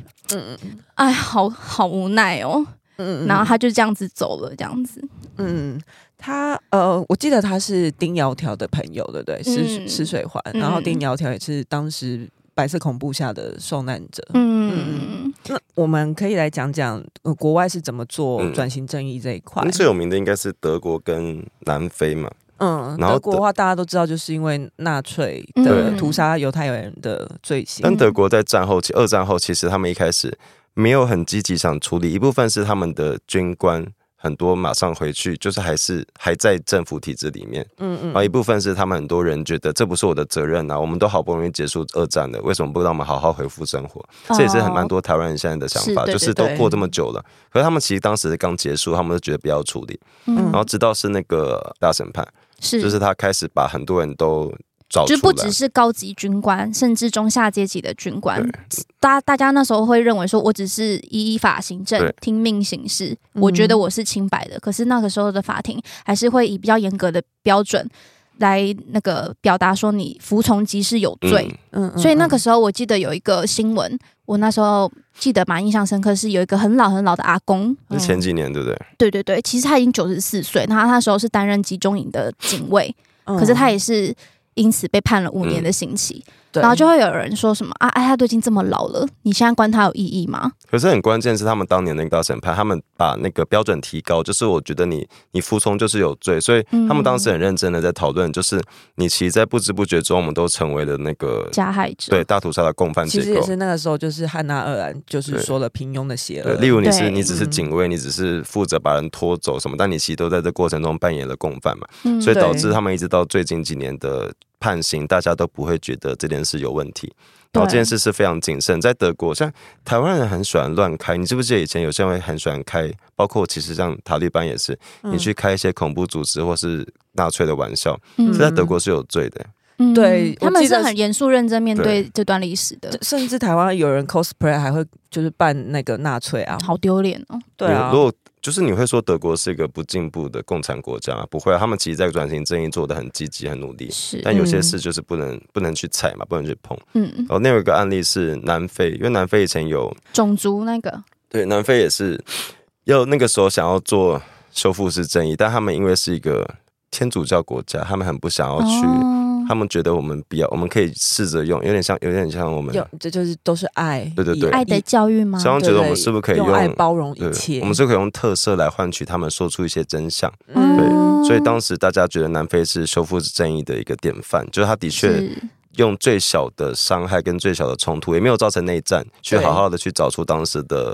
好无奈哦。然后他就这样子走了，这样子。 他我记得他是丁窈窕的朋友，对不对？施水环，然后丁窈窕也是当时白色恐怖下的受难者。那我们可以来讲讲国外是怎么做转型正义这一块。 最有名的应该是德国跟南非嘛。然后德国的话大家都知道，就是因为纳粹的屠杀犹太人的罪行。 但德国在战后期，2战后，其实他们一开始没有很积极想处理，一部分是他们的军官很多马上回去，就是还在政府体制里面。然后一部分是他们很多人觉得这不是我的责任啊，我们都好不容易结束2战了，为什么不让我们好好恢复生活？这也是蛮多台湾人现在的想法，就是都过这么久了，可是他们其实当时刚结束，他们都觉得不要处理。然后直到是那个大审判，就是他开始把很多人都找出来， 就不只是高级军官，甚至中下阶级的军官，大家那时候会认为说，我只是依法行政，听命行事，我觉得我是清白的。可是那个时候的法庭还是会以比较严格的标准来那个表达说你服从即是有罪。所以那个时候我记得有一个新闻，我那时候记得蛮印象深刻，是有一个很老很老的阿公， 是前几年对不对？ 对，其实他已经94岁，他那时候是担任集中营的警卫，可是他也是因此被判了5年的刑期。然后就会有人说什么他都已经这么老了，你现在关他有意义吗？ 可是很关键是他们当年那个大审判，他们把那个标准提高，就是我觉得你服从就是有罪，所以他们当时很认真的在讨论，就是你其实在不知不觉中，我们都成为了那个加害者， 对大屠杀的共犯结构。 其实也是那个时候，就是汉娜·鄂兰就是说了平庸的邪恶。 例如你只是警卫，你只是负责把人拖走什么，但你其实都在这过程中扮演了共犯嘛，所以导致他们一直到最近几年的判刑，大家都不会觉得这件事有问题。然后这件事是非常谨慎，在德国，像台湾人很喜欢乱开，你记不记得以前有些人会很喜欢开，包括其实像塔利班也是，你去开一些恐怖组织或是纳粹的玩笑，这在德国是有罪的。 对， 他们是很严肃认真面对这段历史的， 甚至台湾有人 cosplay 还会就是扮那个纳粹啊， 好丢脸哦。 对啊， 如果就是你会说德国是一个不进步的共产国家吗？不会啊，他们其实在转型正义做得很积极、很努力。但有些事就是不能去踩嘛，不能去碰。然后那有一个案例是南非，因为南非以前有种族那个， 对，南非也是要那个时候想要做修复式正义，但他们因为是一个天主教国家，他们很不想要去。他们觉得我们不要，我们可以试着用，有点像我们， 这就是都是爱， 对， 爱的教育吗？ 所以他们觉得我们是不是可以用爱包容一切？ 我们是可以用特色来换取他们说出一些真相。对，所以当时大家觉得南非是修复式正义的一个典范，就是他的确用最小的伤害跟最小的冲突，也没有造成内战，去好好的去找出当时的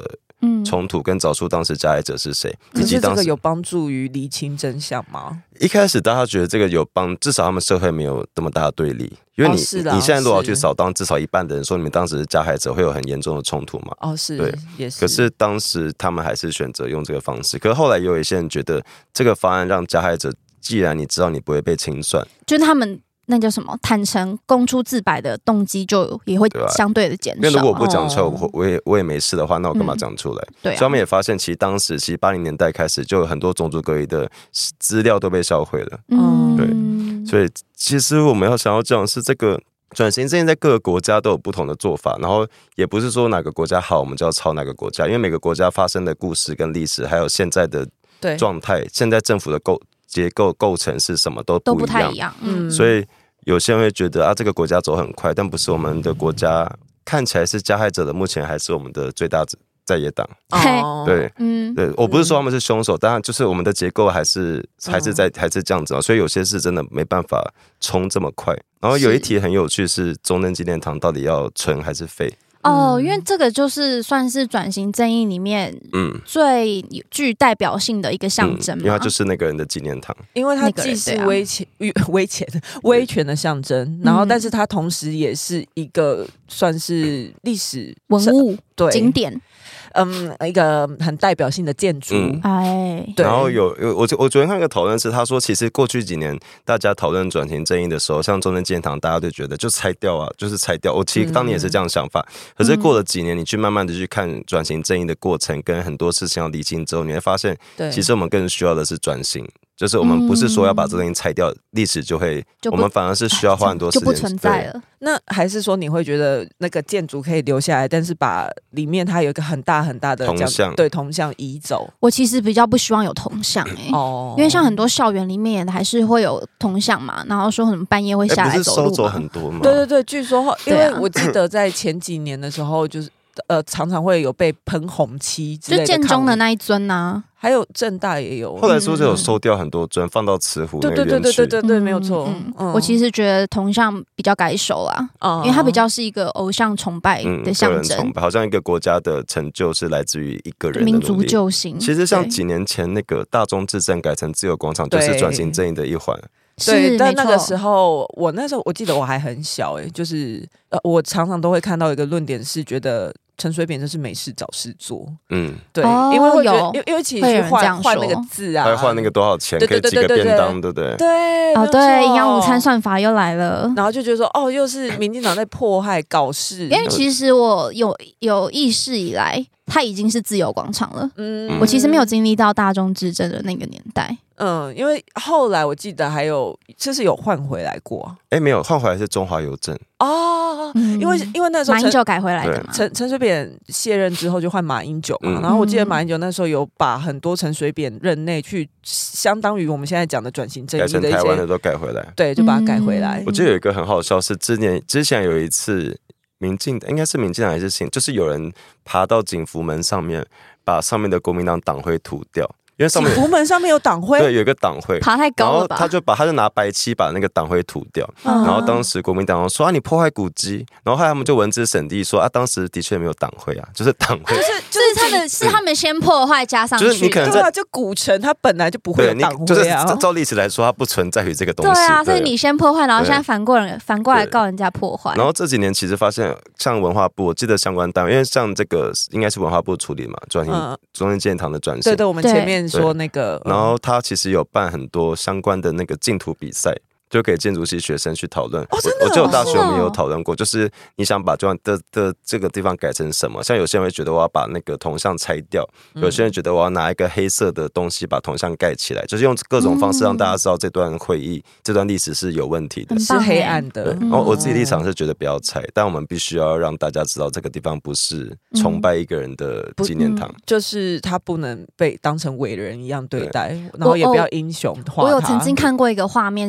冲突，跟找出当时加害者是谁。 可是这个有帮助于厘清真相吗？ 一开始大家觉得这个有帮，至少他们社会没有这么大的对立，因为你现在如果要去扫荡，至少一半的人说你们当时是加害者，会有很严重的冲突嘛？ 是， 对， 也是。 可是当时他们还是选择用这个方式，可是后来也有一些人觉得这个方案让加害者，既然你知道你不会被清算， 就是他们。那叫什么？坦诚供出自白的动机就也会相对的减少。 因为如果不讲出来，我也没事的话，那我干嘛讲出来？ 对、啊， 所以他们也发现，其实当时80年代开始，就有很多种族隔离的资料都被销毁了。对，所以其实我们想要讲的是，这个转型正义在各个国家都有不同的做法，然后也不是说哪个国家好，我们就要抄哪个国家，因为每个国家发生的故事跟历史，还有现在的状态，现在政府的结构构成是什么都不太一样，所以有些人会觉得这个国家走很快，但不是我们的国家看起来是加害者的，目前还是我们的最大在野党。对，对，我不是说他们是凶手，当然就是我们的结构还是这样子嘛，所以有些事真的没办法冲这么快。然后有一题很有趣是中正纪念堂到底要存还是废？ 因为这个就是算是转型正义里面最具代表性的一个象征嘛， 因为它就是那个人的纪念堂， 因为它既是威权的象征，然后但是它同时也是一个算是历史文物景点。 一个很代表性的建筑， 然后我昨天看个讨论是，他说其实过去几年大家讨论转型正义的时候，像中正纪念堂，大家都觉得就拆掉啊，就是拆掉。我其实当年也是这样想法，可是过了几年，你去慢慢的去看转型正义的过程，跟很多事情要理清之后，你会发现，其实我们更需要的是转型。就是我们不是说要把这东西拆掉，历史就会，我们反而是需要花很多时间， 就不存在了。 那还是说你会觉得那个建筑可以留下来，但是把里面它有一个很大很大的铜像移走？ 我其实比较不希望有铜像因为像很多校园里面还是会有铜像嘛，然后说什么半夜会下来走路嘛， 不是收走很多吗？ 对，据说因为我记得在前几年的时候，就是常常会有被喷红漆之类的， 就建中的那一尊啊。 还有政大也有， 后来是不是有收掉很多尊，放到慈湖那边去？ 对，没有错。 我其实觉得铜像比较该收啊，因为它比较是一个偶像崇拜的象征， 崇拜好像一个国家的成就是来自于一个人的民族救星。 其实像几年前那个大中至正改成自由广场，就是转型正义的一环。 对，但那个时候那时候我记得我还很小就是我常常都会看到一个论点是觉得陈水扁就是没事找事做，对，因为会觉得因为其实换那个字啊， 还换那个多少钱，可以几个便当，对不对？ 对，营养午餐算法又来了， 然后就觉得说又是民进党在迫害搞事， 因为其实我有意识以来，它已经是自由广场了，我其实没有经历到大中至正的那个年代。 因为后来我记得还有就是有换回来过， 没有换回来是中华邮政因为那时候马英九改回来的嘛， 陈水扁卸任之后就换马英九嘛，然后我记得马英九那时候有把很多陈水扁任内去相当于我们现在讲的转型正义的一些改成台湾的都改回来， 对，就把它改回来。 我记得有一个很好笑是之前有一次应该是民进党还是就是有人爬到景福门上面，把上面的国民党党徽涂掉。因为上面景福门上面有党徽， 对，有一个党徽， 爬太高了吧？ 他就拿白漆把那个党徽涂掉，然后当时国民党说你破坏古迹，然后后来他们就文字审地说当时的确没有党徽就是党徽， 就是他们先破坏加上去， 就是你可能对就古城它本来就不会有党徽啊， 就是照历史来说它不存在于这个东西， 对啊，所以你先破坏，然后现在反过来告人家破坏。 然后这几年其实发现，像文化部，我记得相关单位，因为像这个应该是文化部处理嘛，转型中正纪念堂的转型， 对，我们前面说那个。 然后他其实有办很多相关的那个竞图比赛，就给建筑系学生去讨论。我记得大学我们也有讨论过，就是你想把这个地方改成什么？像有些人会觉得我要把那个铜像拆掉，有些人觉得我要拿一个黑色的东西把铜像盖起来，就是用各种方式让大家知道这段会议、这段历史是有问题的， 是黑暗的。 然后我自己立场是觉得不要拆，但我们必须要让大家知道这个地方不是崇拜一个人的纪念堂， 就是他不能被当成伟人一样对待，然后也不要英雄化他。 我有曾经看过一个画面，是之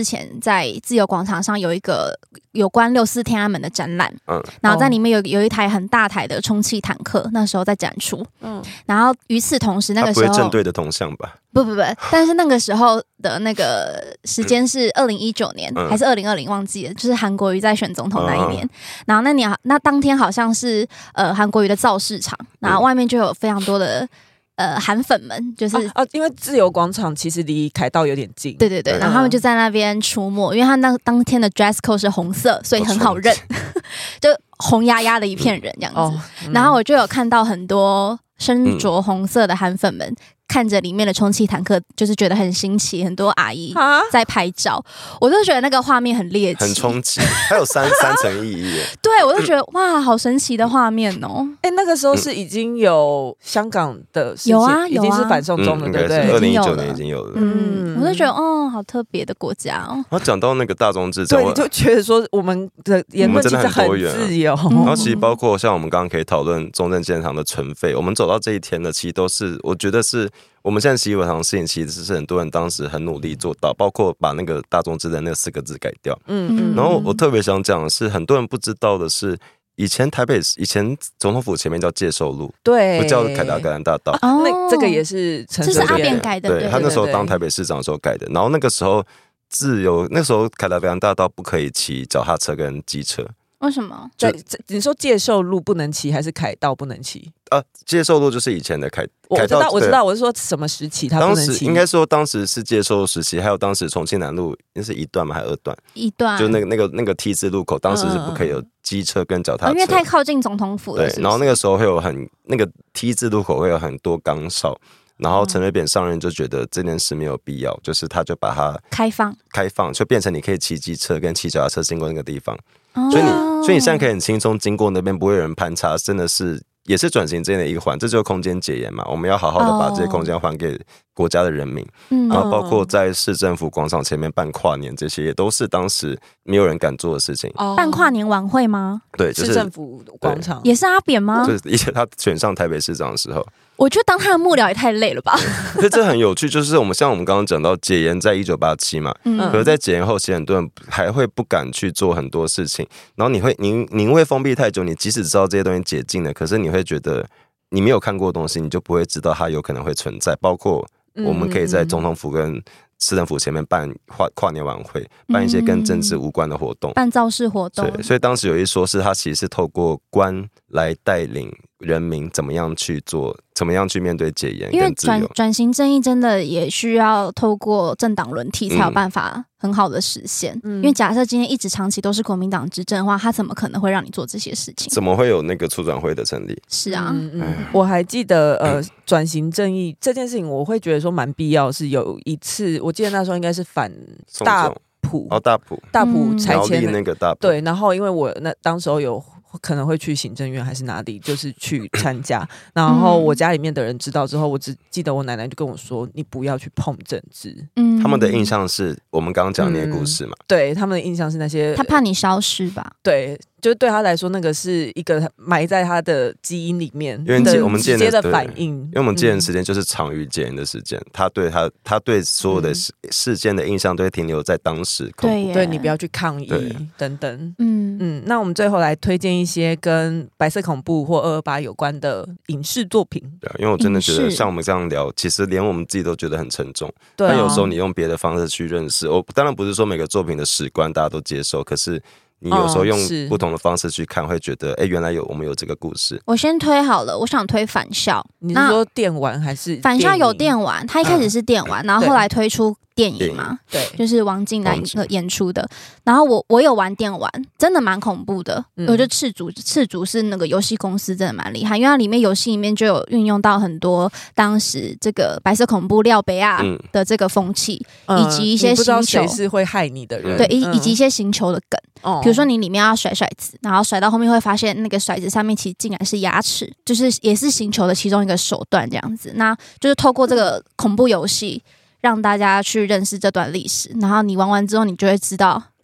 前在自由广场上有一个有关64天安门的展览，然后在里面有一台很大台的充气坦克，那时候在展出，然后与此同时那个时候不会正对的铜像吧？ 不，但是那个时候的那个时间是2019年、还是2020忘记了，就是韩国瑜在选总统那一年，然后那当天好像是韩国瑜的造势场，然后外面就有非常多的韩粉们，就是因为自由广场其实离凯道有点近， 对，然后他们就在那边出没，因为他当天的 dress code 是红色，所以很好认，就红压压的一片人这样子。然后我就有看到很多身着红色的韩粉们。看着里面的充气坦克，就是觉得很新奇，很多阿姨在拍照，我就觉得那个画面很猎奇， 很冲击，还有三层意义。 对，我就觉得哇，好神奇的画面哦！ 那个时候是已经有香港的事情， 有啊， 已经是反送中了，对不对 ？2019年已经有了。 我就觉得好特别的国家哦。 然后讲到那个大众智障，对，你就觉得说我们的言论其实很自由。 然后其实包括像我们刚刚可以讨论中正纪念堂的存废，我们走到这一天的，其实都是我觉得是。我们现在习以为常的事情，其实是很多人当时很努力做到，包括把那个大众智能那4个字改掉。然后我特别想讲的是，很多人不知道的是，以前总统府前面叫介寿路， 对， 不叫凯达格兰大道。 那这个也是这是阿扁改的， 对，他那时候当台北市长的时候改的。然后那个时候那时候凯达格兰大道不可以骑脚踏车跟机车。 为什么？ 你说介寿路不能骑，还是凯道不能骑？ 介寿路就是以前的凯道， 我知道，我是说什么时期它不能骑？ 当时应该说当时是介寿时期，还有当时重庆南路那是1段吗？还是2段？ 一段， 就那个 T 字路口，当时是不可以有机车跟脚踏车， 因为太靠近总统府了。 对，然后那个时候会有那个 T 字路口会有很多岗哨。然后陈水扁上任就觉得这件事没有必要，就是他就把它开放，就变成你可以骑机车跟骑脚踏车经过那个地方，所以你现在可以很轻松经过那边，不会有人盘查，真的是也是转型这样的一个环，这就是空间解严嘛。我们要好好的把这些空间还给国家的人民，然后包括在市政府广场前面办跨年，这些也都是当时没有人敢做的事情。 办跨年晚会吗？ 对，就是市政府广场也是阿扁吗？ 就是以前他选上台北市长的时候。 我觉得当他的幕僚也太累了吧。 所以这很有趣，就是我们刚刚讲到解严在1987嘛，可是在解严后，其实很多人还会不敢去做很多事情，然后你会封闭太久，你即使知道这些东西解禁了，可是你会觉得你没有看过的东西，你就不会知道它有可能会存在，包括我们可以在总统府跟市政府前面办跨年晚会，办一些跟政治无关的活动， 办造势活动。 对，所以当时有一说是他其实是透过官来带领人民怎么样去做，怎么样去面对解严跟自由。 因为转型正义真的也需要透过政党轮替才有办法很好的实现。因为假设今天一直长期都是国民党执政的话，他怎么可能会让你做这些事情？ 怎么会有那个促转会的成立？ 是啊， 我还记得转型正义这件事情，我会觉得说蛮必要。是有一次，我记得那时候应该是反大埔拆迁那个大埔， 对，然后因为我当时候有可能会去行政院还是哪里，就是去参加。然后我家里面的人知道之后，我只记得我奶奶就跟我说：“你不要去碰政治。” 他们的印象是我们刚刚讲的那些故事嘛？ 对，他们的印象是那些， 他怕你消失吧？ 对。就是对他来说，那个是一个埋在他的基因里面， 因为我们直接的反应。 因为我们戒严时间就是长于戒严的时间，他对所有的事件的印象都会停留在当时。 对你不要去抗议等等。那我们最后来推荐一些跟白色恐怖或228有关的影视作品。 对，因为我真的觉得像我们这样聊，其实连我们自己都觉得很沉重。对，但有时候你用别的方式去认识，我当然不是说每个作品的史观大家都接受，可是。你有时候用不同的方式去看，会觉得原来我们有这个故事。 我先推好了，我想推返校。 你是说电玩还是返校有电玩？它一开始是电玩，然后后来推出电影嘛，对，就是王静来演出的。然后我有玩电玩，真的蛮恐怖的。我觉得赤足是那个游戏公司真的蛮厉害，因为它里面游戏里面就有运用到很多当时这个白色恐怖廖北亚的这个风气，以及一些星球， 不知道谁是会害你的人， 对，以及一些星球的梗。比如说你里面要甩骰子，然后甩到后面会发现那个骰子上面其实竟然是牙齿，就是也是星球的其中一个手段这样子。那就是透过这个恐怖游戏让大家去认识这段历史，然后你玩完之后你就会知道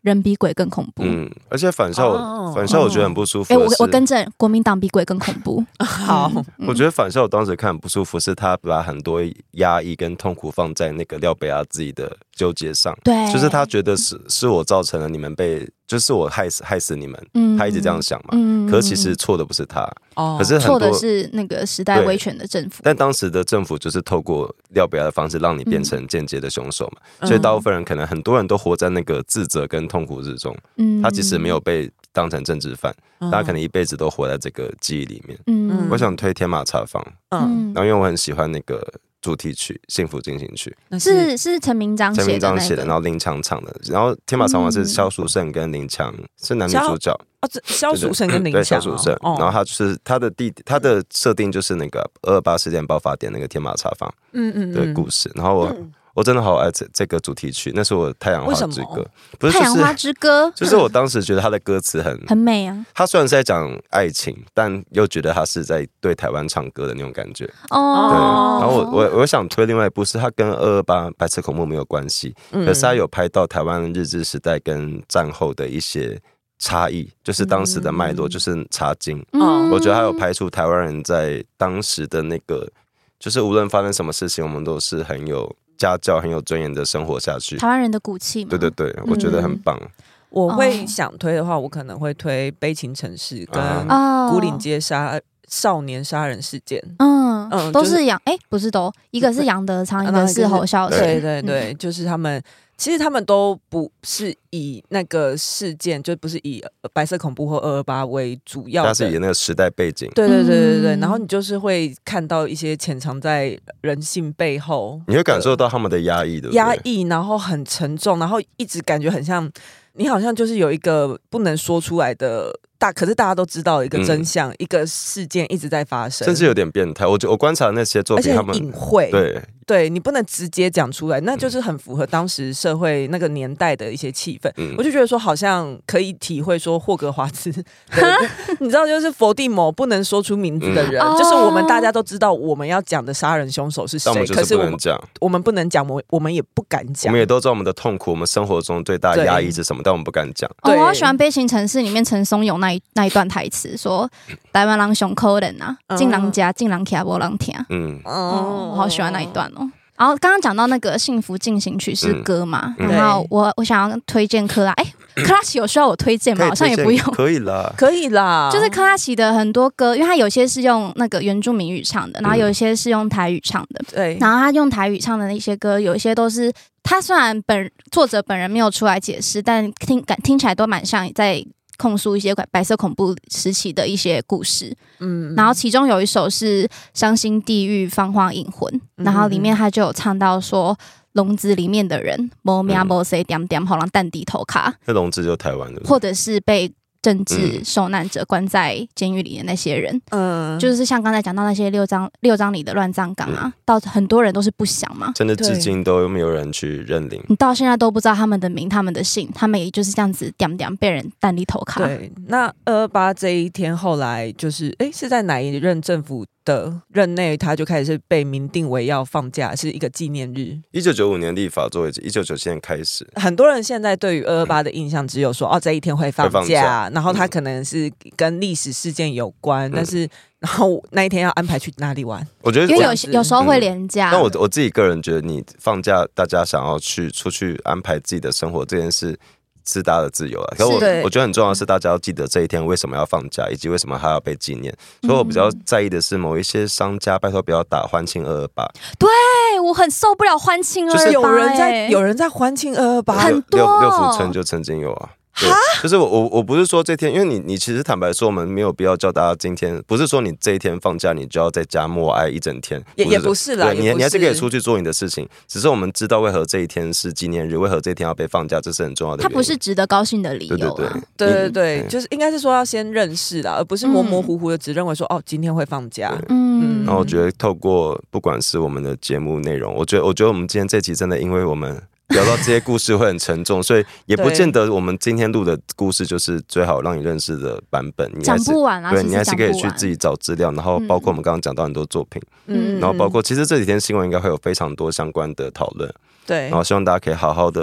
人比鬼更恐怖。 而且返校我觉得很不舒服。 我更正，国民党比鬼更恐怖。 好， 我觉得返校我当时看很不舒服，是他把很多压抑跟痛苦放在那个廖北亚自己的纠结上。 对， 就是他觉得是我造成了你们就是我害死你们。他一直这样想嘛。可是其实错的不是他。可是错的是那个时代威权的政府。 但当时的政府就是透过廖北亚的方式让你变成间接的凶手嘛。所以大部分人可能很多人都活在那个自责跟痛苦之中。他其实没有被当成政治犯，大家可能一辈子都活在这个记忆里面。我想推天马茶坊。然后因为我很喜欢那个主题曲《幸福进行曲》， 是陈明章写的， 然后林强唱的。然后天马茶坊是萧淑慎跟林强是男女主角。 萧淑慎跟林强。 对，萧淑慎。然后他就是他的设定就是那个228事件爆发点那个天马茶坊的故事。然后我真的好爱这个主题曲，那是我太阳花之歌。不是太阳花之歌， 就是我当时觉得他的歌词很美啊。 他虽然是在讲爱情，但又觉得他是在对台湾唱歌的那种感觉。对。然后我想推另外一部，是他跟228白色恐怖没有关系，可是他有拍到台湾日治时代跟战后的一些差异，就是当时的脉络，就是茶经。我觉得他有拍出台湾人在当时的那个，就是无论发生什么事情，我们都是很有家教、很有尊严的生活下去。 台湾人的骨气嘛。 对对对，我觉得很棒。 我会想推的话，我可能会推《悲情城市》跟《牯岭街少年杀人事件》。 都是不是都，一个是杨德昌，一个是侯孝贤。 对对对，就是他们。其实他们都不是以那个事件，就不是以白色恐怖或228为主要的， 它是以那个时代背景。 对对对对对。然后你就是会看到一些潜藏在人性背后， 你会感受到他们的压抑，对不对？ 压抑，然后很沉重，然后一直感觉很像你好像就是有一个不能说出来的可是大家都知道一个真相，一个事件一直在发生， 甚至有点变态。我观察那些作品，他们隐晦， 对， 你不能直接讲出来，那就是很符合当时社会那个年代的一些气氛。我就觉得说，好像可以体会说，霍格华兹，你知道，就是伏地魔不能说出名字的人，就是我们大家都知道我们要讲的杀人凶手是谁，可是我们不能讲，我们也不敢讲， 我们也都知道我们的痛苦，我们生活中最大的压抑是什么，但我们不敢讲。 我好喜欢《悲情城市》里面陈松勇那一段台词，说台湾人上可怜啊，进人家进人听无人听。我好喜欢那一段哦。然后刚刚讲到那个《幸福进行曲》是歌嘛，然后我想要推荐克拉，克拉奇有需要我推荐吗？好像也不用， 可以啦， 可以啦。 就是克拉奇的很多歌，因为他有些是用那个原住民语唱的，然后有一些是用台语唱的。对，然后他用台语唱的那些歌，有一些都是他虽然作者本人没有出来解释，但听起来都蛮像在控诉一些白色恐怖时期的一些故事。然后其中有一首是《伤心地狱放荒引魂》，然后里面他就有唱到说，笼子里面的人没命没谁点点好让蛋低头卡， 那笼子就台湾的， 或者是被政治受难者关在监狱里的那些人，就是像刚才讲到那些六章里的乱葬岗啊，到很多人都是不详嘛， 真的至今都没有人去认领， 你到现在都不知道他们的名、他们的姓，他们也就是这样子点点被人弹力头卡。 对，那228这一天后来就是是在哪一任政府的任内，他就开始是被明定为要放假，是一个纪念日。 1995年立法作为1997年开始， 很多人现在对于228的印象只有说这一天会放假，然后他可能是跟历史事件有关，但是然后那一天要安排去哪里玩？ 我觉得因为有时候会连假。 但我自己个人觉得，你放假，大家想要出去安排自己的生活这件事，是大家的自由啊。可我觉得很重要的是，大家要记得这一天为什么要放假，以及为什么还要被纪念。所以我比较在意的是，某一些商家拜托不要打欢庆228。 对，我很受不了欢庆228。就是有人在欢庆228， 很多六福村就曾经有啊。就是我不是说这天，因为你其实坦白说，我们没有必要叫大家今天，不是说你这一天放假，你就要在家默哀一整天， 也不是啦， 你还是可以出去做你的事情，只是我们知道为何这一天是纪念日，为何这一天要被放假，这是很重要的原因。 它不是值得高兴的理由。 对，就是应该是说要先认识啦，而不是模模糊糊的只认为说今天会放假。 然后我觉得透过不管是我们的节目内容，我觉得我们今天这集真的，因为我们聊到这些故事会很沉重，所以也不见得我们今天录的故事就是最好让你认识的版本。 讲不完啊， 对，你还是可以去自己找资料，然后包括我们刚刚讲到很多作品，然后包括其实这几天新闻应该会有非常多相关的讨论，对，然后希望大家可以好好的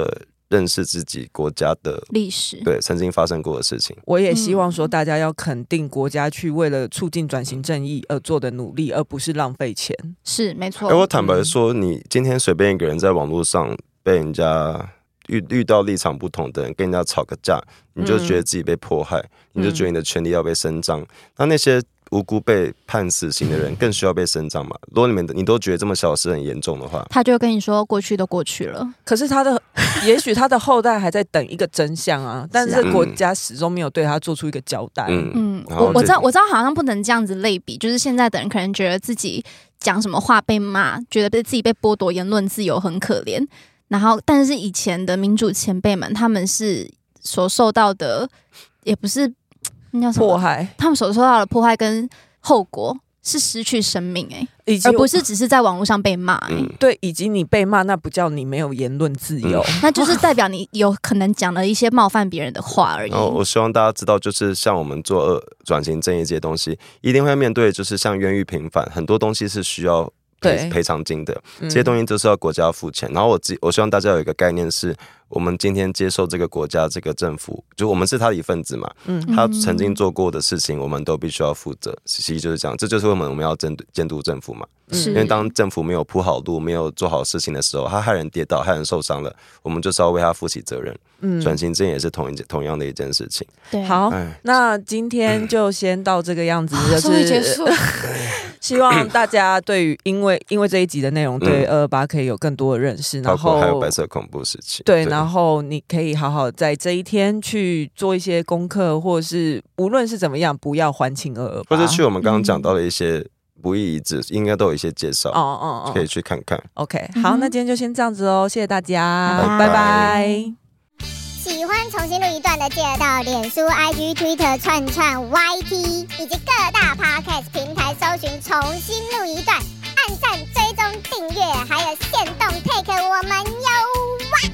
认识自己国家的历史， 对曾经发生过的事情。 我也希望说大家要肯定国家去为了促进转型正义而做的努力，而不是浪费钱。 是没错。 我坦白说，你今天随便一个人在网络上被人家遇到立场不同的人跟人家吵个架，你就觉得自己被迫害，你就觉得你的权利要被伸张。那些无辜被判死刑的人更需要被伸张嘛？如果你都觉得这么小的事很严重的话， 他就会跟你说过去都过去了。 可是也许他的后代还在等一个真相啊，但是国家始终没有对他做出一个交代。 我知道好像不能这样子类比，就是现在的人可能觉得自己讲什么话被骂，觉得自己被剥夺言论自由很可怜。然后，但是以前的民主前辈们，他们是所受到的也不是那叫什么迫害， 他们所受到的迫害跟后果是失去生命而不是只是在网络上被骂对，以及你被骂，那不叫你没有言论自由， 那就是代表你有可能讲了一些冒犯别人的话而已。 我希望大家知道，就是像我们做转型正义这些东西，一定会面对，就是像冤狱平反，很多东西是需要赔偿金的，这些东西都是要国家付钱。然后我希望大家有一个概念是，我们今天接受这个国家这个政府，就我们是他的一份子嘛，他曾经做过的事情，我们都必须要负责。其实就是这样，这就是我们要监督政府嘛。因为当政府没有铺好路，没有做好事情的时候，他害人跌倒，害人受伤了，我们就是要为他负起责任。转型正义也是同样的一件事情。 对， 好，那今天就先到这个样子， 终于结束了。 希望大家对于因为这一集的内容对228可以有更多的认识，然后包括还有白色恐怖时期。 对，然后你可以好好在这一天去做一些功课，或者是无论是怎么样，不要还情228， 或者去我们刚刚讲到的一些不义遗址，应该都有一些介绍，可以去看看。 OK， 好，那今天就先这样子哦，谢谢大家，拜拜。 喜欢重新录一段的，记得到脸书、IG、Twitter、串串、YT 以及各大 Podcast 平台搜寻“重新录一段”，按赞、追踪、订阅，还有限动 take 我们哟哇！